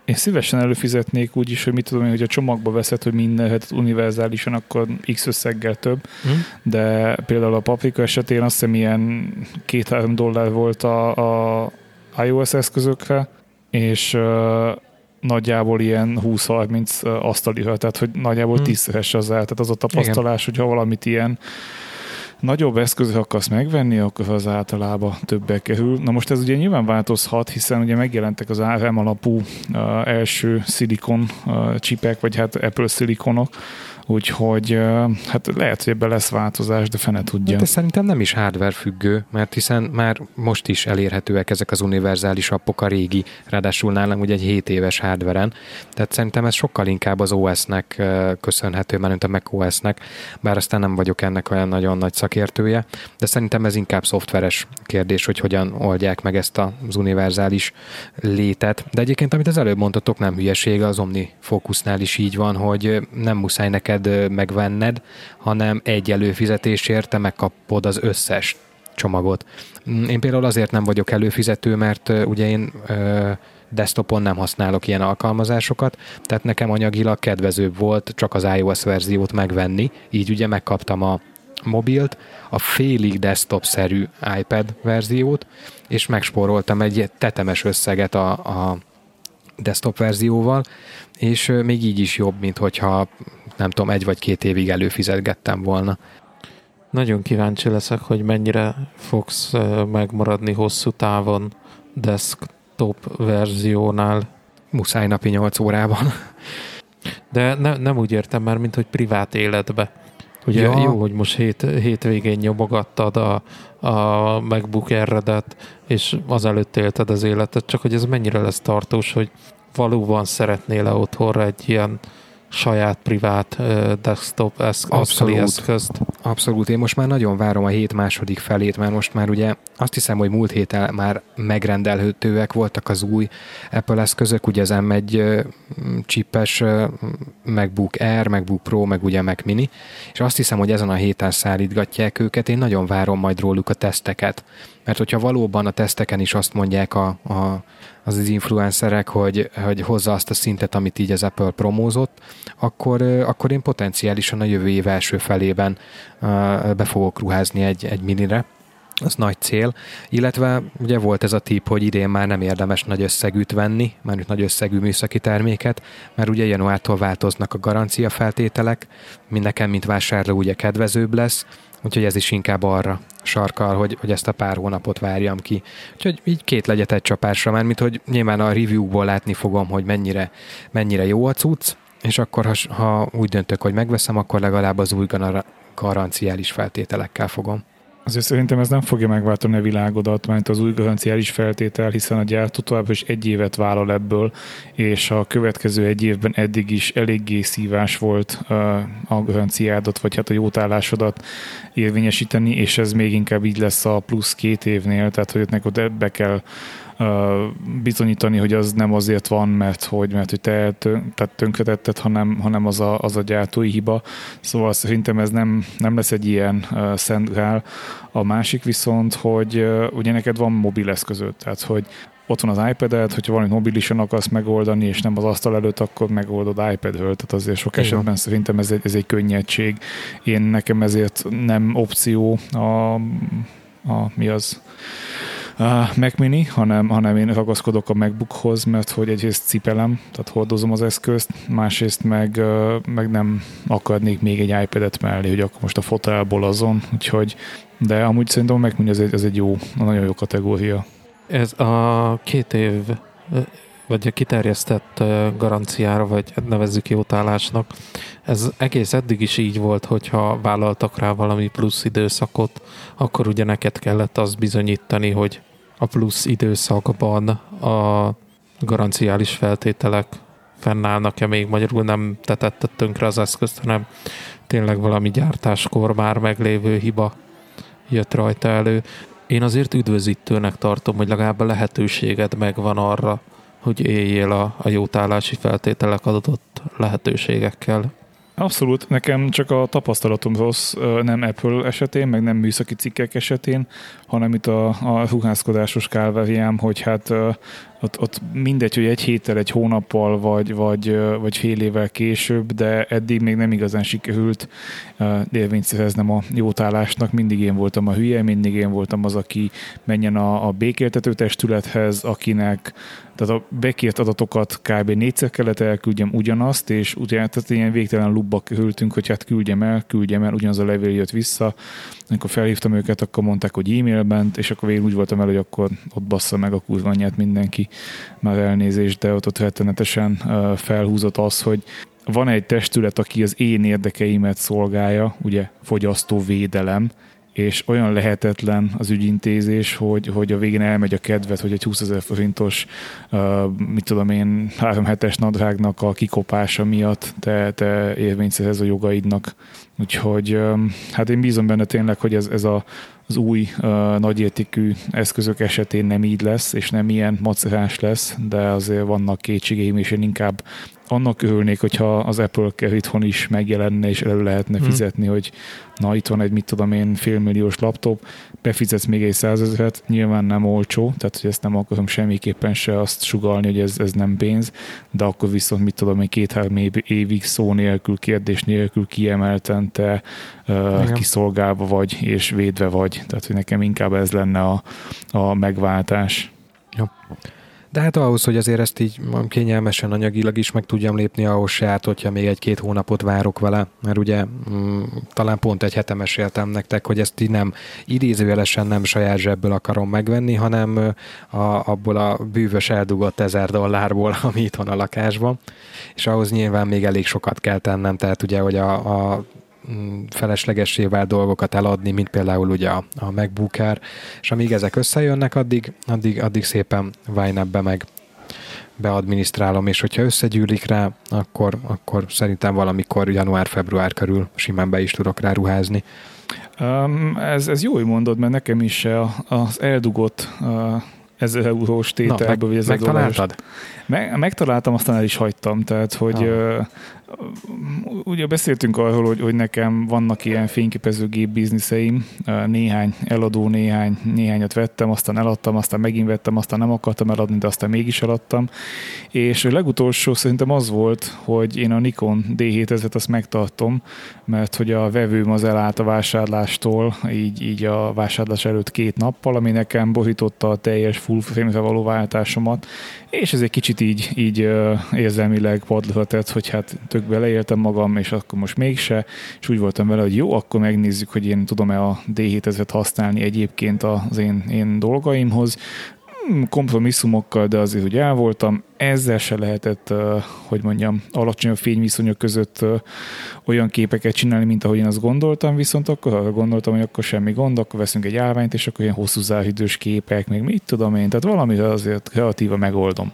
én szívesen előfizetnék úgy is, hogy mit tudom én, hogy a csomagba veszed, hogy minden hát univerzálisan, akkor X összeggel több, mm. de például a Paprika esetén azt hiszem ilyen két-három dollár volt a, a iOS eszközökre, és uh, nagyjából ilyen húsz-harminc asztaliha, tehát hogy nagyjából mm. tízszeres az el. Tehát az a tapasztalás, igen, hogyha valamit ilyen nagyobb eszközök akarsz megvenni, akkor az általában többbe kerül. Na most ez ugye nyilván változhat, hiszen ugye megjelentek az á er em alapú uh, első szilikon uh, csipek, vagy hát Apple szilikonok, úgyhogy uh, hát lehet, hogy ebben lesz változás, de fene tudja. De szerintem nem is hardware függő, mert hiszen már most is elérhetőek ezek az univerzális appok a régi, ráadásul nálam ugye egy hét éves hardveren, tehát szerintem ez sokkal inkább az o es-nek uh, köszönhető, mert a macOS-nek, bár aztán nem vagyok ennek olyan nagyon nagy szakértője, de szerintem ez inkább szoftveres kérdés, hogy hogyan oldják meg ezt az univerzális létet. De egyébként, amit az előbb mondtatok, nem hülyeség, az OmniFocusnál is így van, hogy nem muszáj neked megvenned, hanem egy előfizetésért te megkapod az összes csomagot. Én például azért nem vagyok előfizető, mert ugye én desktopon nem használok ilyen alkalmazásokat, tehát nekem anyagilag kedvezőbb volt csak az iOS verziót megvenni, így ugye megkaptam a mobilt, a félig desktop-szerű iPad verziót, és megspóroltam egy tetemes összeget a, a desktop verzióval, és még így is jobb, mint hogyha nem tudom, egy vagy két évig előfizetgettem volna. Nagyon kíváncsi leszek, hogy mennyire fogsz megmaradni hosszú távon desktop verziónál. Muszáj napi nyolc órában. De ne, nem úgy értem már, mint hogy privát életbe. Ugye ja. Jó, hogy most hét, hétvégén nyomogattad a, a MacBook Air-edet, és azelőtt élted az életet, csak hogy ez mennyire lesz tartós, hogy valóban szeretnél-e otthonra egy ilyen saját privát uh, desktop asztali eszközt? Abszolút. Én most már nagyon várom a hét második felét, mert most már ugye azt hiszem, hogy múlt héten már megrendelhetőek voltak az új Apple eszközök, ugye ez M egy uh, chipes uh, MacBook Air, MacBook Pro, meg ugye Mac Mini, és azt hiszem, hogy ezen a héten szállítgatják őket. Én nagyon várom majd róluk a teszteket, mert hogyha valóban a teszteken is azt mondják a, a az az influencerek, hogy, hogy hozza azt a szintet, amit így az Apple promózott, akkor, akkor én potenciálisan a jövő év első felében be fogok ruházni egy, egy minire. Az nagy cél, illetve ugye volt ez a tipp, hogy idén már nem érdemes nagy összegűt venni, már nagy összegű műszaki terméket, mert ugye januártól változnak a garancia feltételek, mind nekem, mint vásárló ugye kedvezőbb lesz, úgyhogy ez is inkább arra sarkal, hogy, hogy ezt a pár hónapot várjam ki. Úgyhogy így két legyet egy csapásra, mert mint hogy nyilván a review-ból látni fogom, hogy mennyire, mennyire jó a cucc, és akkor ha, ha úgy döntök, hogy megveszem, akkor legalább az új garanciális feltételekkel fogom. Azért szerintem ez nem fogja megváltani a világodat, mert az új garanciális feltétel, hiszen a gyártó továbbra is egy évet vállal ebből, és a következő egy évben eddig is eléggé szívás volt a garanciádat, vagy hát a jótállásodat érvényesíteni, és ez még inkább így lesz a plusz két évnél, tehát hogy neked be kell bizonyítani, hogy az nem azért van, mert hogy, mert, hogy te tehát tönkretetted, hanem, hanem az, a, az a gyártói hiba. Szóval szerintem ez nem, nem lesz egy ilyen uh, szent grál. A másik viszont, hogy uh, ugye neked van mobil eszközöd, tehát hogy ott van az iPad-ed, hogyha valamit mobilisan akarsz megoldani, és nem az asztal előtt, akkor megoldod iPad-ről. Tehát azért sok Igen. esetben szerintem ez egy, ez egy könnyedség. Én nekem ezért nem opció a, a mi az Uh, Mac Mini, hanem, hanem én ragaszkodok a MacBookhoz, mert hogy egyrészt cipelem, tehát hordozom az eszközt, másrészt meg, uh, meg nem akarnék még egy iPad-et mellé, hogy akkor most a fotelból azon, úgyhogy, de amúgy szerintem a Mac Mini ez egy, ez egy jó, nagyon jó kategória. Ez a két év, vagy a kiterjesztett garanciára, vagy nevezzük jótállásnak, ez egész eddig is így volt, hogyha vállaltak rá valami plusz időszakot, akkor ugye neked kellett azt bizonyítani, hogy a plusz időszakban a garanciális feltételek fennállnak-e még, magyarul nem te tetted tönkre az eszközt, hanem tényleg valami gyártáskor már meglévő hiba jött rajta elő. Én azért üdvözítőnek tartom, hogy legalább a lehetőséged megvan arra, hogy éljél a, a jótállási feltételek adott lehetőségekkel. Abszolút, nekem csak a tapasztalatom rossz, nem Apple esetén, meg nem műszaki cikkek esetén, hanem itt a, a ruházkodásos kálváriám, hogy hát ott, ott mindegy, hogy egy héttel, egy hónappal, vagy, vagy, vagy fél évvel később, de eddig még nem igazán sikerült érvényt szereznem a jótállásnak. Mindig én voltam a hülye, mindig én voltam az, aki menjen a, a békéltető testülethez, akinek tehát a bekért adatokat kb. négyszer kellett elküldjem ugyanazt, és utána tehát ilyen végtelen lubba kerültünk, hogy hát küldjem el, küldjem el, ugyanaz a levél jött vissza. Amikor felhívtam őket, akkor mondták, hogy e-mailben, és akkor végül úgy voltam el, hogy akkor ott bassza meg a kurva anyját mindenki, már elnézést, de ott, ott rettenetesen felhúzott az, hogy van egy testület, aki az én érdekeimet szolgálja, ugye fogyasztóvédelem, és olyan lehetetlen az ügyintézés, hogy, hogy a végén elmegy a kedved, hogy egy húszezer forintos, uh, mit tudom én, három hetes nadrágnak a kikopása miatt te, te érvényt szerez a jogaidnak. Úgyhogy um, hát én bízom benne tényleg, hogy ez, ez a, az új uh, nagyértékű eszközök esetén nem így lesz, és nem ilyen macerás lesz, de azért vannak kétségeim, és én inkább annak örülnék, hogyha az Apple Care itthon is megjelenne, és elő lehetne fizetni, hmm. hogy na, itt van egy, mit tudom én, félmilliós laptop, befizetsz még egy százezret, nyilván nem olcsó, tehát hogy ezt nem akarom semmiképpen se azt sugalni, hogy ez, ez nem pénz, de akkor viszont, mit tudom én, két-három évig szó nélkül, kérdés nélkül kiemelten te uh, kiszolgálva vagy, és védve vagy. Tehát, hogy nekem inkább ez lenne a, a megváltás. Ja. De hát ahhoz, hogy azért ezt így kényelmesen anyagilag is meg tudjam lépni, ahhoz se árt, hogyha még egy-két hónapot várok vele, mert ugye mm, talán pont egy hete meséltem nektek, hogy ezt így nem idézőjelesen nem saját zsebből akarom megvenni, hanem a, abból a bűvös eldugott ezer dollárból, ami itt van a lakásban, és ahhoz nyilván még elég sokat kell tennem, tehát ugye, hogy a, a feleslegessé vált dolgokat eladni, mint például ugye a, a MacBook Air, és amíg ezek összejönnek, addig, addig, addig szépen Wine-be meg beadminisztrálom, és hogyha összegyűlik rá, akkor, akkor szerintem valamikor január-február körül simán be is tudok rá ruházni. Um, ez, ez jó, hogy mondod, mert nekem is az eldugott uh, ezer eurós tételből, vagy ezer megtaláltad? Meg, megtaláltam, aztán el is hagytam, tehát, hogy ah. uh, ugye beszéltünk arról, hogy, hogy nekem vannak ilyen fényképezőgép bizniszeim, néhány eladó, néhány, néhányat vettem, aztán eladtam, aztán megint vettem, aztán nem akartam eladni, de aztán mégis eladtam. És a legutolsó szerintem az volt, hogy én a Nikon dé hétezret azt megtartom, mert hogy a vevőm az elállt a vásárlástól, így, így a vásárlás előtt két nappal, ami nekem borította a teljes full frame-re való váltásomat, és ez egy kicsit így, így érzelmileg padlóra tett, hogy hát tök beleéltem magam, és akkor most mégse, és úgy voltam vele, hogy jó, akkor megnézzük, hogy én tudom-e a dé hétezret használni egyébként az én, én dolgaimhoz. Kompromisszumokkal, de azért, hogy el voltam. Ezzel se lehetett, hogy mondjam, alacsonyabb fényviszonyok között olyan képeket csinálni, mint ahogy én azt gondoltam, viszont akkor arra gondoltam, hogy akkor semmi gond, akkor veszünk egy állványt, és akkor ilyen hosszú záridős képek, még mit tudom én, tehát valamire azért kreatíva megoldom.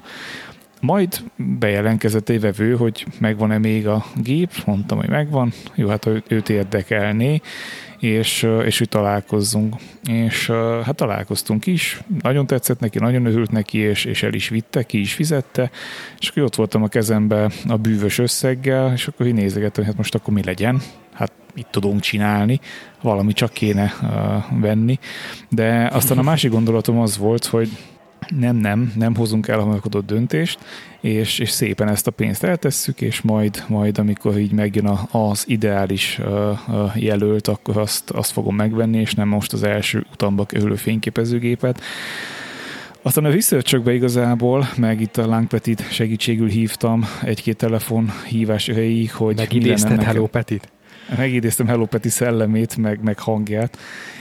Majd bejelentkezett egy vevő, hogy megvan-e még a gép, mondtam, hogy megvan, jó, hát őt érdekelné, és, és hogy találkozzunk. És hát találkoztunk is, nagyon tetszett neki, nagyon örült neki, és, és el is vitte, ki is fizette, és akkor ott voltam a kezembe a bűvös összeggel, és akkor így nézegettem, hogy hát most akkor mi legyen, hát mit tudunk csinálni, valami csak kéne uh, venni, de aztán a másik gondolatom az volt, hogy nem, nem, nem hozunk elhamarkodott döntést, és, és szépen ezt a pénzt eltesszük, és majd, majd amikor így megjön a, az ideális uh, uh, jelölt, akkor azt, azt fogom megvenni, és nem most az első utamba kerülő fényképezőgépet. Aztán a research-ökbe igazából, meg itt a Langpetit segítségül hívtam egy-két telefon hívás erejéig, hogy megidézted Hello Petit? Megidéztem Hello Peti szellemét, meg, meg hangját.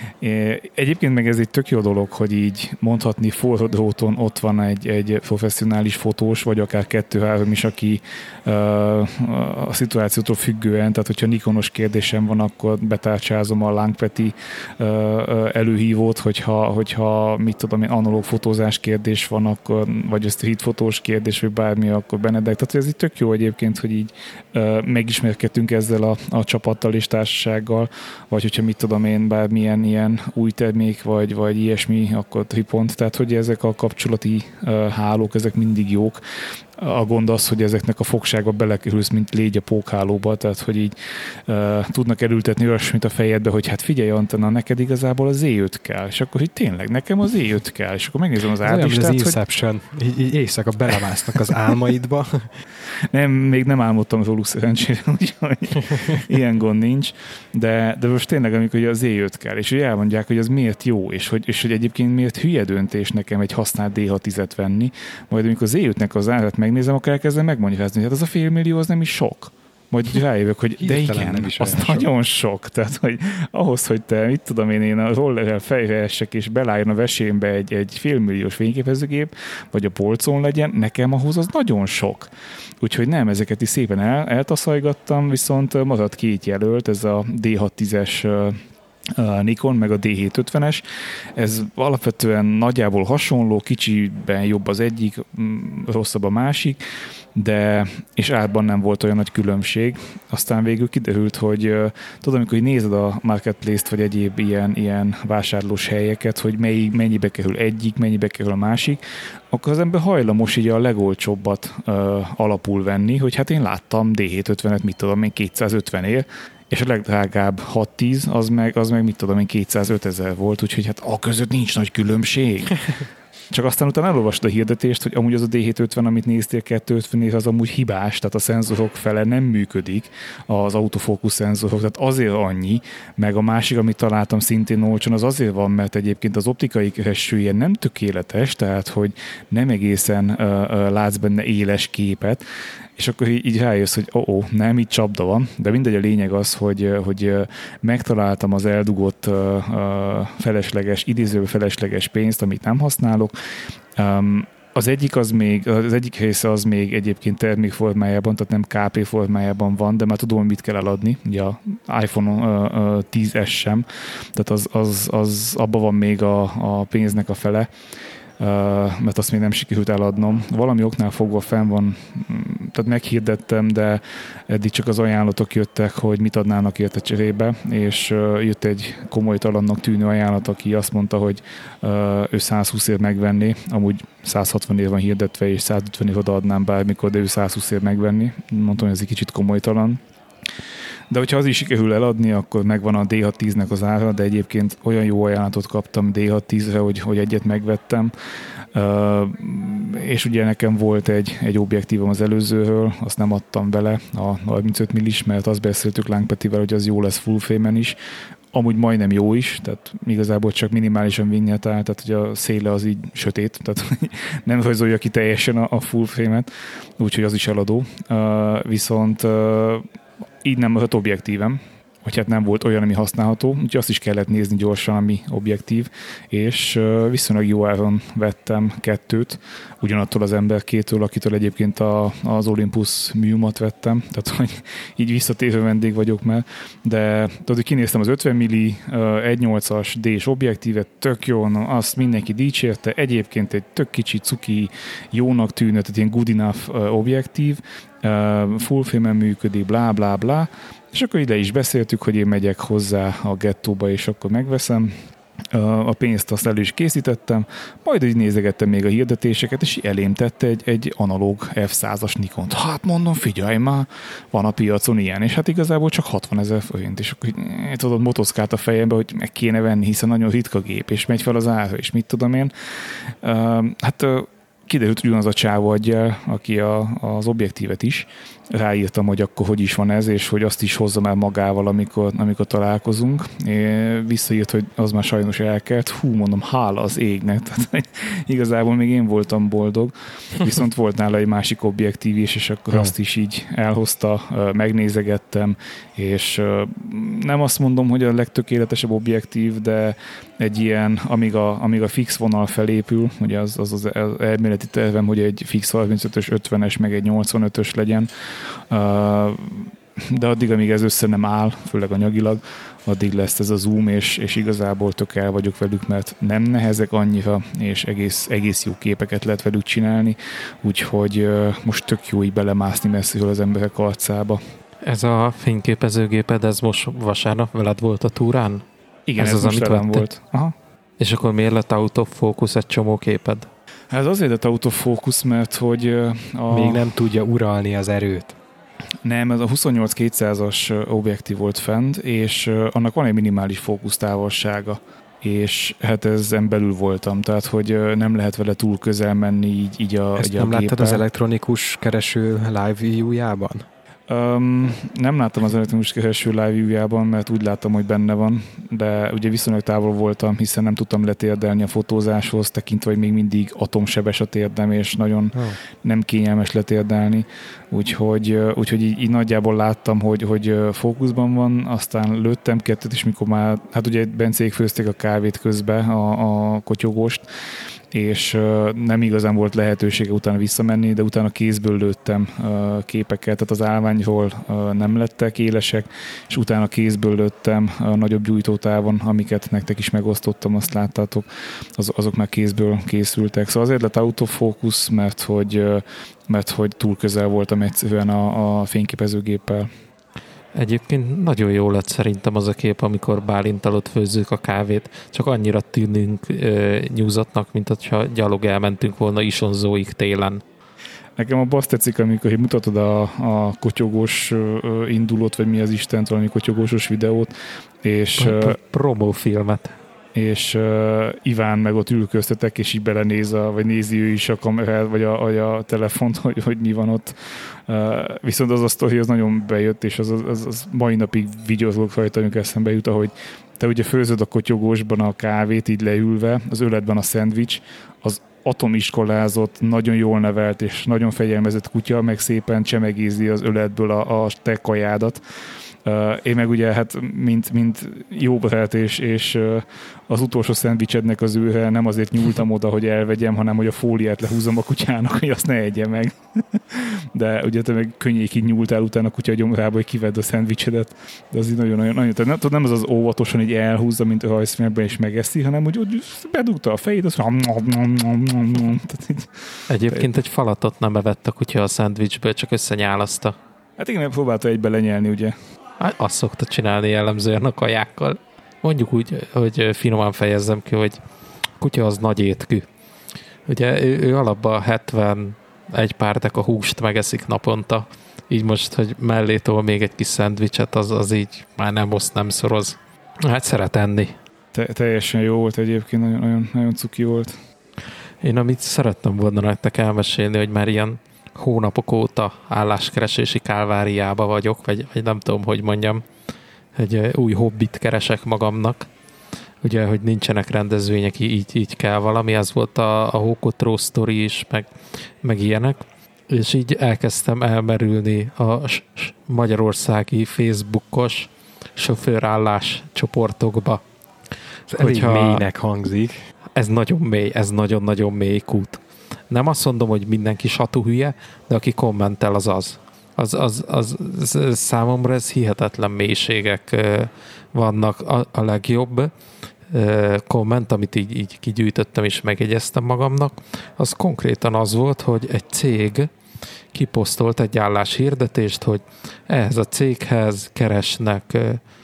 Egyébként meg ez egy tök jó dolog, hogy így mondhatni forródróton ott van egy, egy professzionális fotós, vagy akár kettő-három is, aki uh, a szituációtól függően, tehát hogyha Nikonos kérdésem van, akkor betárcsázom a Langpeti uh, előhívót, hogyha, hogyha mit tudom én, analóg fotózás kérdés van, akkor, vagy ezt street fotós kérdés, vagy bármi, akkor Benedek. Tehát ez így tök jó egyébként, hogy így uh, megismerkedtünk ezzel a, a csapat csapatal és társasággal, vagy hogyha mit tudom én, bármilyen ilyen új termék, vagy, vagy ilyesmi, akkor tripont, tehát hogy ezek a kapcsolati uh, hálók, ezek mindig jók. A gond az, hogy ezeknek a fogságba belekerülsz, mint légy a pókhálóba, tehát hogy így uh, tudnak elültetni olyasmit a fejedbe, hogy hát figyelj Antona, neked igazából az zé öt kell, és akkor így tényleg, nekem az zé öt kell, és akkor megnézem az átlistát. Az Inception, hogy... így, így éjszaka belemásznak az álmaidba. Nem, még nem álmodtam róluk szerencsére, úgyhogy ilyen gond nincs, de, de most tényleg, amikor az zé öt kell, és hogy elmondják, hogy az miért jó, és hogy, és hogy egyébként miért hülye döntés nekem egy használt dé hat tízet venni, majd amikor az zé ötnek az árat megnézem, akkor elkezdem megmagyarázni, hogy hát az a fél millió az nem is sok. Majd rájövök, hogy de igen, az sok. Nagyon sok. Tehát, hogy ahhoz, hogy te, mit tudom én, én a rollerrel fejre essek, és belálljon a vesémbe egy, egy félmilliós fényképezőgép, vagy a polcon legyen, nekem ahhoz az nagyon sok. Úgyhogy nem, ezeket is szépen el, eltaszajgattam, viszont maradt két jelölt, ez a dé hat tízes a Nikon, meg a dé hétszázötvenes. Ez alapvetően nagyjából hasonló, kicsiben jobb az egyik, rosszabb a másik, de és árban nem volt olyan nagy különbség. Aztán végül kiderült, hogy tudod, amikor nézed a Marketplace-t, vagy egyéb ilyen, ilyen vásárlós helyeket, hogy mely, mennyibe kerül egyik, mennyibe kerül a másik, akkor az ember hajlamos így a legolcsóbbat uh, alapul venni, hogy hát én láttam dé hétszázötvenet, mit tudom én, kétszázötven ér, és a legdrágább hat tíz, az meg, az meg mit tudom én, kétszázöt ezer volt, úgyhogy hát a között nincs nagy különbség. Csak aztán utána elolvastad a hirdetést, hogy amúgy az a dé hétszázötven, amit néztél kétszázötvennél, az amúgy hibás, tehát a szenzorok fele nem működik, az autofókusz szenzorok, tehát azért annyi, meg a másik, amit találtam szintén olcsón, az azért van, mert egyébként az optikai keresője nem tökéletes, tehát hogy nem egészen uh, uh, látsz benne éles képet, és akkor így rájössz, hogy ó, oh, oh, nem, itt csapda van, de mindegy, a lényeg az, hogy, hogy megtaláltam az eldugott felesleges, idézőben felesleges pénzt, amit nem használok. Az egyik, az még, az egyik része az még egyébként termék formájában, tehát nem ká pé formájában van, de már tudom, hogy mit kell eladni, ugye a iPhone tíz es sem, tehát az, az, az abban van még a, a pénznek a fele, Uh, mert azt még nem sikerült eladnom. Valami oknál fogva fenn van, tehát meghirdettem, de eddig csak az ajánlatok jöttek, hogy mit adnának érte cserébe, és uh, jött egy komolytalannak tűnő ajánlat, aki azt mondta, hogy uh, ő százhúsz ér megvenni, amúgy száz hatvan ér van hirdetve, és száz ötven ér odaadnám bármikor, de ő százhúsz ér megvenni. Mondtam, hogy ez egy kicsit komolytalan. De hogyha az is sikerül eladni, akkor megvan a dé hat tíznek az ára, de egyébként olyan jó ajánlatot kaptam dé hat tízre, hogy, hogy egyet megvettem. Uh, és ugye nekem volt egy, egy objektívom az előzőről, azt nem adtam bele, a harmincöt millis, mert azt beszéltük Láng Petivel, hogy az jó lesz full frame-en is. Amúgy majdnem jó is, tehát igazából csak minimálisan vignettál, tehát hogy a széle az így sötét, tehát nem rajzolja ki teljesen a, a full frame-et, úgyhogy az is eladó. Uh, viszont uh, így nem maradt objektívem, hogy hát nem volt olyan, ami használható, úgyhogy azt is kellett nézni gyorsan, ami objektív, és viszonylag jó áron vettem kettőt, ugyanattól az emberkétől, akitől egyébként a, az Olympus műmat vettem, tehát hogy így visszatérő vendég vagyok már, de tudod, hogy kinéztem az ötven milli egy nyolcas dés objektívet, tök jó, no, azt mindenki dicsérte, egyébként egy tök kicsi cuki jónak tűnő, tehát ilyen good enough objektív, full frame-en működik, blá, blá, blá, és akkor ide is beszéltük, hogy én megyek hozzá a gettóba, és akkor megveszem. A pénzt azt elő is készítettem, majd így nézegettem még a hirdetéseket, és elém tette egy, egy analóg ef százas Nikont. Hát mondom, figyelj már, van a piacon ilyen, és hát igazából csak hatvanezer forint, és akkor tudod, motoszkált a fejembe, hogy meg kéne venni, hiszen nagyon ritka gép, és megy fel az ára, és mit tudom én. Hát kiderült, hogy ugyanaz a csávó adja el, aki a, az objektívet is. Ráírtam, hogy akkor hogy is van ez, és hogy azt is hozzam el magával, amikor, amikor találkozunk. É, visszaírt, hogy az már sajnos elkelt. Hú, mondom, hála az égnek. Tehát, igazából még én voltam boldog. Viszont volt nála egy másik objektív is, és akkor azt is így elhozta, megnézegettem, és nem azt mondom, hogy a legtökéletesebb objektív, de egy ilyen, amíg a, amíg a fix vonal felépül, ugye az az, az elméleti tervem, hogy egy fix harmincötös, ötvenes, meg egy nyolcvanötös legyen, de addig, amíg ez össze nem áll, főleg anyagilag, addig lesz ez a zoom, és, és igazából tök el vagyok velük, mert nem nehezek annyira, és egész, egész jó képeket lehet velük csinálni, úgyhogy most tök jó így belemászni messziről az emberek arcába. Ez a fényképezőgéped, ez most vasárnap veled volt a túrán? Igen, ez, ez az, most velem volt. Aha. És akkor miért lett autofókusz egy csomó képed? Hát az azért lett autofókusz, mert hogy a... Még nem tudja uralni az erőt. Nem, ez a huszonnyolc kétszázas objektív volt fent, és annak van egy minimális fókusztávolsága. És hát ezen belül voltam, tehát hogy nem lehet vele túl közel menni így, így a Ezt így nem a láttad az elektronikus kereső live view-jában? Um, nem láttam az elektronikus kereső live view-jában, mert úgy láttam, hogy benne van, de ugye viszonylag távol voltam, hiszen nem tudtam letérdelni a fotózáshoz, tekintve, hogy még mindig atomsebes a térdem, és nagyon oh. nem kényelmes letérdelni, úgyhogy, úgyhogy így, így nagyjából láttam, hogy, hogy fókuszban van, aztán lőttem kettőt, és mikor már, hát ugye Bencék főzték a kávét közben, a, a kotyogóst, és nem igazán volt lehetősége utána visszamenni, de utána kézből lőttem képeket, tehát az állványról nem lettek élesek, és utána kézből lőttem a nagyobb gyújtótávon, amiket nektek is megosztottam, azt láttátok, az, azok már kézből készültek. Szóval azért lett autofókusz, mert hogy, mert hogy túl közel voltam egyszerűen a, a fényképezőgéppel. Egyébként nagyon jó lett szerintem az a kép, amikor Bálintal ott főzzük a kávét, csak annyira tűnünk e, nyúzatnak, mint hogyha gyalog elmentünk volna Isonzóig télen. Nekem abban azt tetszik, amikor mutatod a, a kotyogós indulót, vagy mi az Istent, valami kotyogósos videót, és... Promófilmet. És uh, Iván meg ott ül köztetek, és így belenéz, a, vagy nézi ő is a kamerát, vagy a, vagy a telefont, hogy, hogy mi van ott. Uh, viszont az a sztori, az nagyon bejött, és az, az, az mai napig vigyozgok rajta, amikor eszembe jut, ahogy te ugye főzöd a kotyogósban a kávét, így leülve, az öletben a szendvics, az atomiskolázott, nagyon jól nevelt, és nagyon fegyelmezett kutya, meg szépen csemegézi az öletből a, a te kajádat. Uh, én meg ugye, hát mint, mint jó barát, és, és uh, az utolsó szendvicsednek az őre nem azért nyúltam oda, hogy elvegyem, hanem hogy a fóliát lehúzom a kutyának, hogy azt ne egye meg. De ugye te meg könnyékig nyúltál utána a kutya gyomrába, hogy kivedd a szendvicsedet. De az így nagyon-nagyon, nagyon, tehát nem, nem az az óvatosan így elhúzza, mint a rajzfilmben és megeszi, hanem hogy, hogy bedugta a fejét, az Egyébként egy falatot nem evett a kutya a szendvicsből, csak összenyálaszta. Hát igen, próbálta egybe lenyelni, ugye. Azt szokta csinálni jellemzően a kajákkal. Mondjuk úgy, hogy finoman fejezzem ki, hogy kutya az nagy étkű. Ugye ő, ő alapban hetvenegy pár deka húst megeszik naponta. Így most, hogy mellétól még egy kis szendvicset, az, az így már nem oszt, nem szoroz. Hát szeret enni. Te, teljesen jó volt egyébként, nagyon, nagyon, nagyon cuki volt. Én amit szerettem volna nektek elmesélni, hogy már ilyen hónapok óta álláskeresési kálváriába vagyok, vagy, vagy nem tudom, hogy mondjam, egy új hobbit keresek magamnak. Ugye, hogy nincsenek rendezvények, így, így kell valami, az volt a, a Hókotró sztori is, meg, meg ilyenek. És így elkezdtem elmerülni a magyarországi Facebookos sofőrállás csoportokba. Ez elég mélynek hangzik. Ez nagyon mély, ez nagyon-nagyon mély kút. Nem azt mondom, hogy mindenki satú hülye, de aki kommentel, az az. Az, az, az, az számomra ez hihetetlen mélységek vannak. A, a legjobb komment, amit így, így kigyűjtöttem és megjegyeztem magamnak, az konkrétan az volt, hogy egy cég kiposztolt egy álláshirdetést, hogy ehhez a céghez keresnek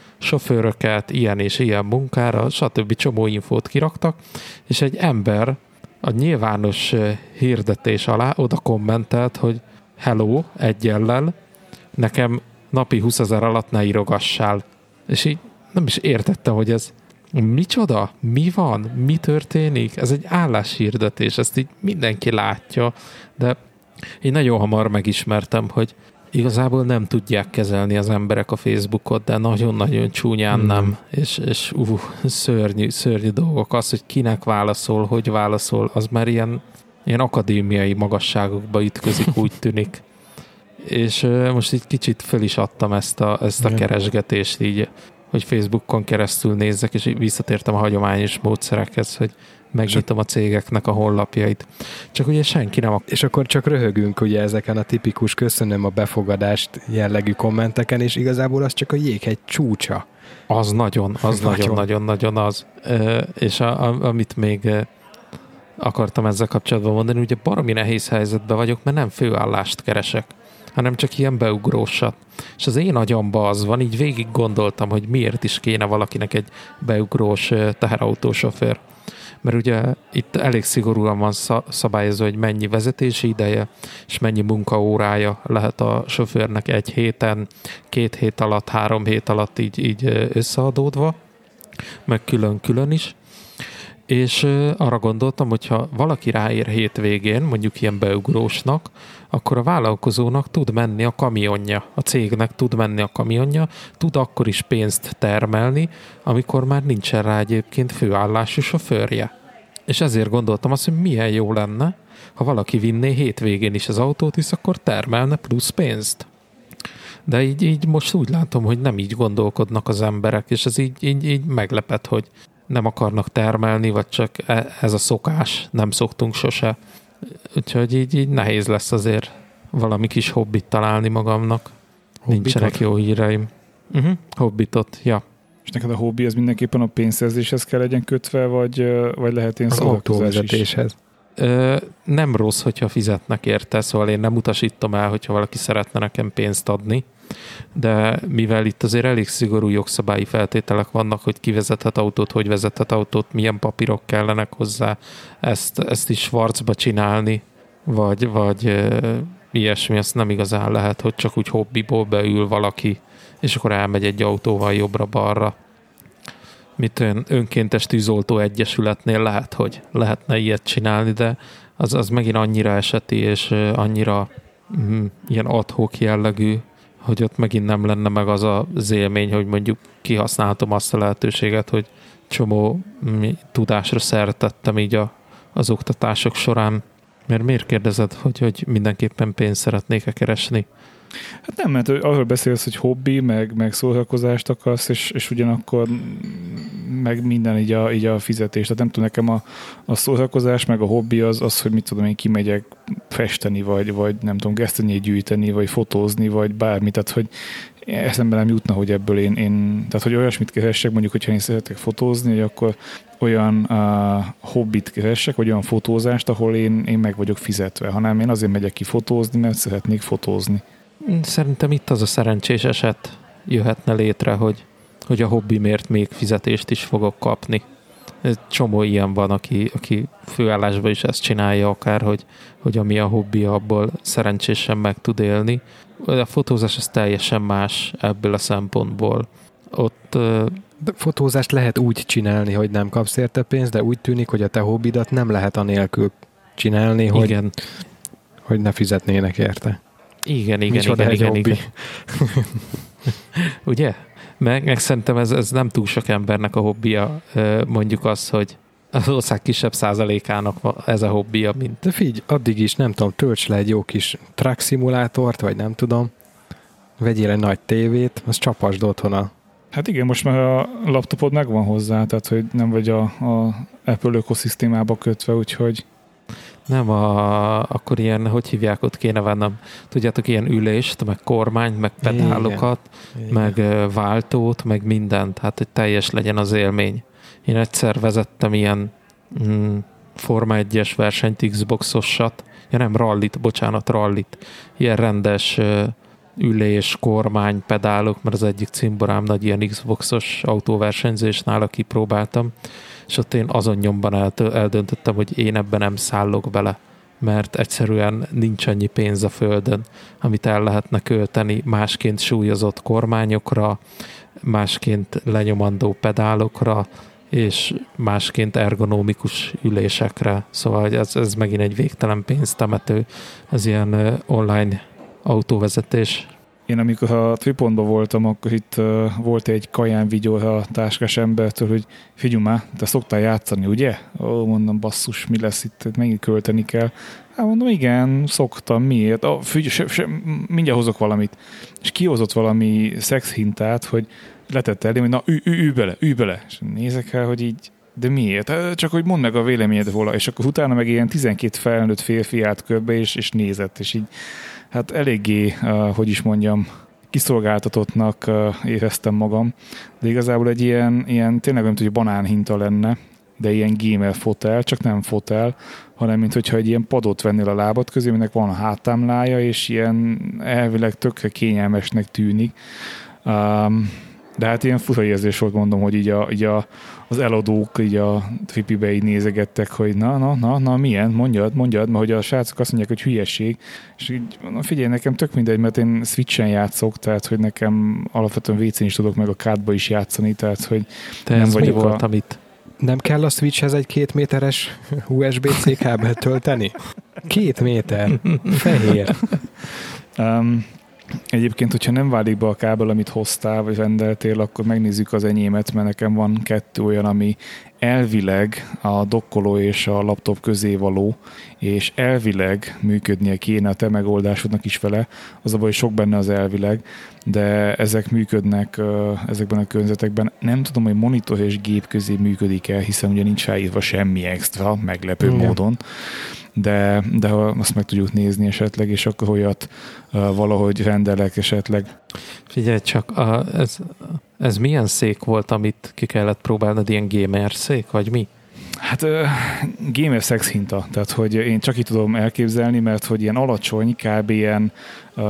sofőröket ilyen és ilyen munkára, stb. Csomó infót kiraktak, és egy ember a nyilvános hirdetés alá oda kommentelt, hogy hello, egyellel, nekem napi húszezer alatt ne írogassál. És így nem is értettem, hogy ez micsoda? Mi van? Mi történik? Ez egy álláshirdetés, ezt így mindenki látja, de én nagyon hamar megismertem, hogy igazából nem tudják kezelni az emberek a Facebookot, de nagyon-nagyon csúnyán mm. nem. És, és uh, szörnyű, szörnyű dolgok. Az, hogy kinek válaszol, hogy válaszol, az már ilyen, ilyen akadémiai magasságokba ütközik, úgy tűnik. És uh, most így kicsit föl is adtam ezt a, ezt a mm. keresgetést így, hogy Facebookon keresztül nézzek, és visszatértem a hagyományos módszerekhez, hogy megnyitom a cégeknek a honlapjait. Csak ugye senki nem... A... És akkor csak röhögünk ugye ezeken a tipikus köszönöm a befogadást jellegű kommenteken, és igazából az csak a jéghegy csúcsa. Az nagyon, az nagyon-nagyon-nagyon az. E, és a, a, amit még akartam ezzel kapcsolatban mondani, ugye baromi nehéz helyzetben vagyok, mert nem főállást keresek. hanem csak ilyen beugrósat. És az én agyamba az van, így végig gondoltam, hogy miért is kéne valakinek egy beugrós teherautósofőr. Mert ugye itt elég szigorúan van szabályozva, hogy mennyi vezetési ideje, és mennyi munkaórája lehet a sofőrnek egy héten, két hét alatt, három hét alatt így, így összeadódva, meg külön-külön is. És arra gondoltam, hogyha valaki ráér hétvégén, mondjuk ilyen beugrósnak, akkor a vállalkozónak tud menni a kamionja, a cégnek tud menni a kamionja, tud akkor is pénzt termelni, amikor már nincsen rá egyébként főállású sofőrje. És ezért gondoltam azt, hogy milyen jó lenne, ha valaki vinné hétvégén is az autót, hisz akkor termelne plusz pénzt. De így, így most úgy látom, hogy nem így gondolkodnak az emberek, és ez így, így, így meglepett, hogy nem akarnak termelni, vagy csak ez a szokás, nem szoktunk sose. Úgyhogy így, így nehéz lesz azért valami kis hobbit találni magamnak. Hobbitot? Nincsenek jó híreim. Uh-huh. Hobbitot, ja. És neked a hobbi az mindenképpen a pénzszerzéshez kell legyen kötve, vagy, vagy lehet ilyen szórakozáshoz? Ö, nem rossz, hogyha fizetnek érte, szóval én nem utasítom el, hogyha valaki szeretne nekem pénzt adni, de mivel itt azért elég szigorú jogszabályi feltételek vannak, hogy ki vezethet autót, hogy vezethet autót, milyen papírok kellenek hozzá, ezt, ezt is schwarzba csinálni, vagy, vagy e, ilyesmi, azt nem igazán lehet, hogy csak úgy hobbiból beül valaki, és akkor elmegy egy autóval jobbra-balra. Mit ön, önkéntes tűzoltó egyesületnél lehet, hogy lehetne ilyet csinálni, de az, az megint annyira eseti, és annyira mm, ilyen ad-hoc jellegű, hogy ott megint nem lenne meg az az élmény, hogy mondjuk kihasználhatom azt a lehetőséget, hogy csomó tudásra szert tettem így a, az oktatások során. Mert miért kérdezed, hogy, hogy mindenképpen pénzt szeretnék-e keresni? Hát nem, mert arról beszélsz, hogy hobbi, meg, meg szórakozást akarsz, és, és ugyanakkor meg minden így a, így a fizetés. Tehát nem tudom, nekem a, a szórakozás, meg a hobbi az, az, hogy mit tudom, én kimegyek festeni, vagy, vagy nem tudom, gesztenyét gyűjteni, vagy fotózni, vagy bármi. Tehát, hogy eszembe nem jutna, hogy ebből én, én tehát, hogy olyasmit keressek, mondjuk, hogyha én szeretek fotózni, hogy akkor olyan uh, hobbit keressek, vagy olyan fotózást, ahol én, én meg vagyok fizetve, hanem én azért megyek ki fotózni, mert szeretnék fotózni. Szerintem itt az a szerencsés eset jöhetne létre, hogy, hogy a hobbimért még fizetést is fogok kapni. Ez csomó ilyen van, aki, aki főállásban is ezt csinálja akár, hogy, hogy ami a hobbi, abból szerencsésen meg tud élni. A fotózás az teljesen más ebből a szempontból. Ott... De fotózást lehet úgy csinálni, hogy nem kapsz érte pénzt, de úgy tűnik, hogy a te hobbidat nem lehet anélkül csinálni, hogy, igen. hogy ne fizetnének érte. Igen, igen, Micsoda igen, igen, igen. Ugye? Meg, meg szerintem ez, ez nem túl sok embernek a hobbija, mondjuk az, hogy az ország kisebb százalékának ez a hobbija, mint... De figyelj, addig is, nem tudom, tölts le egy jó kis truck szimulátort, vagy nem tudom, vegyél egy nagy tévét, azt csapasd otthon. Hát igen, most már a laptopod megvan hozzá, tehát hogy nem vagy a, a Apple ökoszisztémába kötve, úgyhogy... Nem, a, akkor ilyen, hogy hívják, ott kéne vennem, tudjátok, ilyen ülést, meg kormányt, meg pedálokat, igen. meg Igen. váltót, meg mindent, hát hogy teljes legyen az élmény. Én egyszer vezettem ilyen mm, Forma egyes versenyt, Xboxosat, ja nem, rallit, bocsánat, rallit, ilyen rendes uh, ülés, kormány, pedálok, mert az egyik cimborám nagy ilyen Xboxos autóversenyzésnál, kipróbáltam, és ott én azon nyomban eldöntöttem, hogy én ebben nem szállok bele, mert egyszerűen nincs annyi pénz a földön, amit el lehetne költeni másként súlyozott kormányokra, másként lenyomandó pedálokra, és másként ergonomikus ülésekre. Szóval ez, ez megint egy végtelen pénztemető, az ilyen online autóvezetés. Én amikor a Tripontban voltam, akkor itt uh, volt egy kaján videó a táskás embertől, hogy figyelj már, te szoktál játszani, ugye? Ó, mondom, basszus, mi lesz itt, megint költeni kell. Hát mondom, igen, szoktam, miért? Oh, figyelj, se, se, mindjárt hozok valamit. És kihozott valami szexhintát, hogy letette elém, hogy na, ülj, ülj bele, ülj bele. És nézek el, hogy így, de miért? Csak hogy mondd meg a véleményed volna. És akkor utána meg ilyen tizenkét felnőtt férfi állt körbe, és, és nézett, és így hát eléggé, uh, hogy is mondjam, kiszolgáltatottnak uh, éreztem magam, de igazából egy ilyen, ilyen tényleg olyan, hogy banánhinta lenne, de ilyen gamer fotel, csak nem fotel, hanem mint hogyha egy ilyen padot vennél a lábad közé, aminek van a háttámlája, és ilyen elvileg tökre kényelmesnek tűnik. Um, de hát ilyen fura érzés volt, mondom, hogy így, a, így a, az eladók így a Tripibe így nézegettek, hogy na, na, na, na, milyen, mondjad, mondjad, mert hogy a srácok azt mondják, hogy hülyeség, és így, na figyelj, nekem tök mindegy, mert én Switchen játszok, tehát, hogy nekem alapvetően vé cén is tudok meg a kádba is játszani, tehát, hogy Te nem ez vagyok mi volt, a... amit... Nem kell a Switchhez egy két méteres u es bé cé kábelt tölteni? Két méter. Fehér. Um, Egyébként, hogyha nem válik be a kábel, amit hoztál, vagy rendeltél, akkor megnézzük az enyémet, mert nekem van kettő olyan, ami elvileg a dokkoló és a laptop közé való, és elvileg működnie kéne a te megoldásodnak is vele. Az a baj, hogy sok benne az elvileg, de ezek működnek ezekben a környezetekben. Nem tudom, hogy monitor és gép közé működik-e, hiszen ugye nincs felírva semmi extra, meglepő Igen. módon. De, de azt meg tudjuk nézni esetleg, és akkor olyat uh, valahogy rendelek esetleg. Figyelj csak, a, ez, ez milyen szék volt, amit ki kellett próbálnod, ilyen gamer szék, vagy mi? Hát uh, gamer sex hinta, tehát hogy én csak így tudom elképzelni, mert hogy ilyen alacsony, kb. Ilyen uh,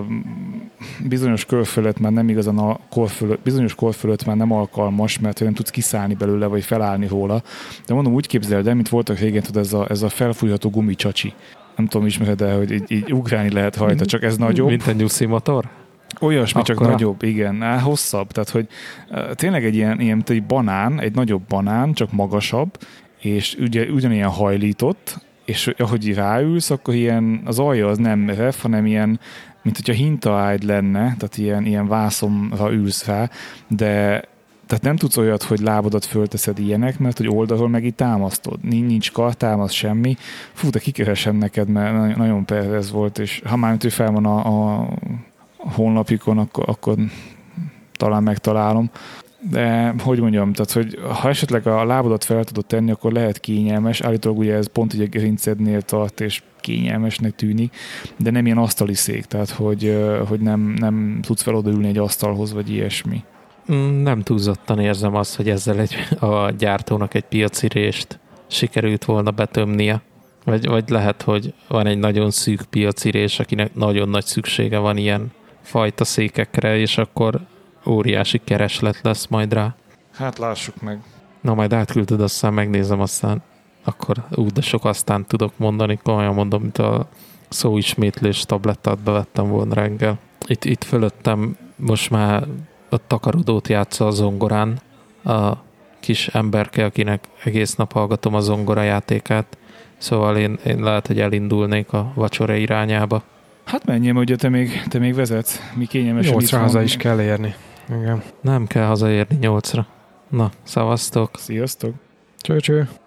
bizonyos kor fölött már nem igazán a kor fölött, bizonyos kor fölött már nem alkalmas, mert nem tudsz kiszállni belőle, vagy felállni róla. De mondom, úgy képzeld el, mint voltak régen, tudod, ez a, ez a felfújható gumicsacsi. Nem tudom, ismered el, hogy így, így ugrálni lehet rajta, csak ez nagyobb. Mint a nyuszi motor? Olyasmi, csak Akkora? Nagyobb, igen. Á, hosszabb, tehát hogy uh, tényleg egy ilyen, ilyen egy banán, egy nagyobb banán, csak magasabb, és ugye ugyanilyen hajlított, és ahogy ráülsz, akkor ilyen, az alja az nem ref, hanem ilyen, mint hogyha hintaágy lenne, tehát ilyen, ilyen vászonra ülsz rá, de tehát nem tudsz olyat, hogy lábadat fölteszed ilyenek, mert hogy oldalról meg így támasztod. Nincs kartámasz, semmi. Fú, de kikeresem neked, mert nagyon pervez volt, és ha már ő fel van a, a honlapjukon, akkor, akkor talán megtalálom. De hogy mondjam, tehát, hogy ha esetleg a lábadat fel tudod tenni, akkor lehet kényelmes. Állítólag ugye ez pont egy gerincednél tart, és kényelmesnek tűnik, de nem ilyen asztali szék, tehát hogy, hogy nem, nem tudsz fel odaülni egy asztalhoz, vagy ilyesmi. Nem túlzottan érzem azt, hogy ezzel egy, a gyártónak egy piacirést sikerült volna betömnie. Vagy, vagy lehet, hogy van egy nagyon szűk piacirés, akinek nagyon nagy szüksége van ilyen fajta székekre, és akkor óriási kereslet lesz majd rá. Hát lássuk meg. Na, majd átküldöd, aztán megnézem, aztán akkor úgy, de sok aztán tudok mondani, komolyan mondom, mint a szóismétlés tablettát bevettem volna reggel. Itt, itt fölöttem most már a takarodót játsza a zongorán a kis emberke, akinek egész nap hallgatom a zongora játékát, szóval én, én lehet, hogy elindulnék a vacsora irányába. Hát menjél, ugye te még, te még vezetsz. Mi kényelmesen Nyolcra haza is kell érni. Igen. Nem kell hazaérni nyolcra. Na, szavaztok! Sziasztok! Cső, cső.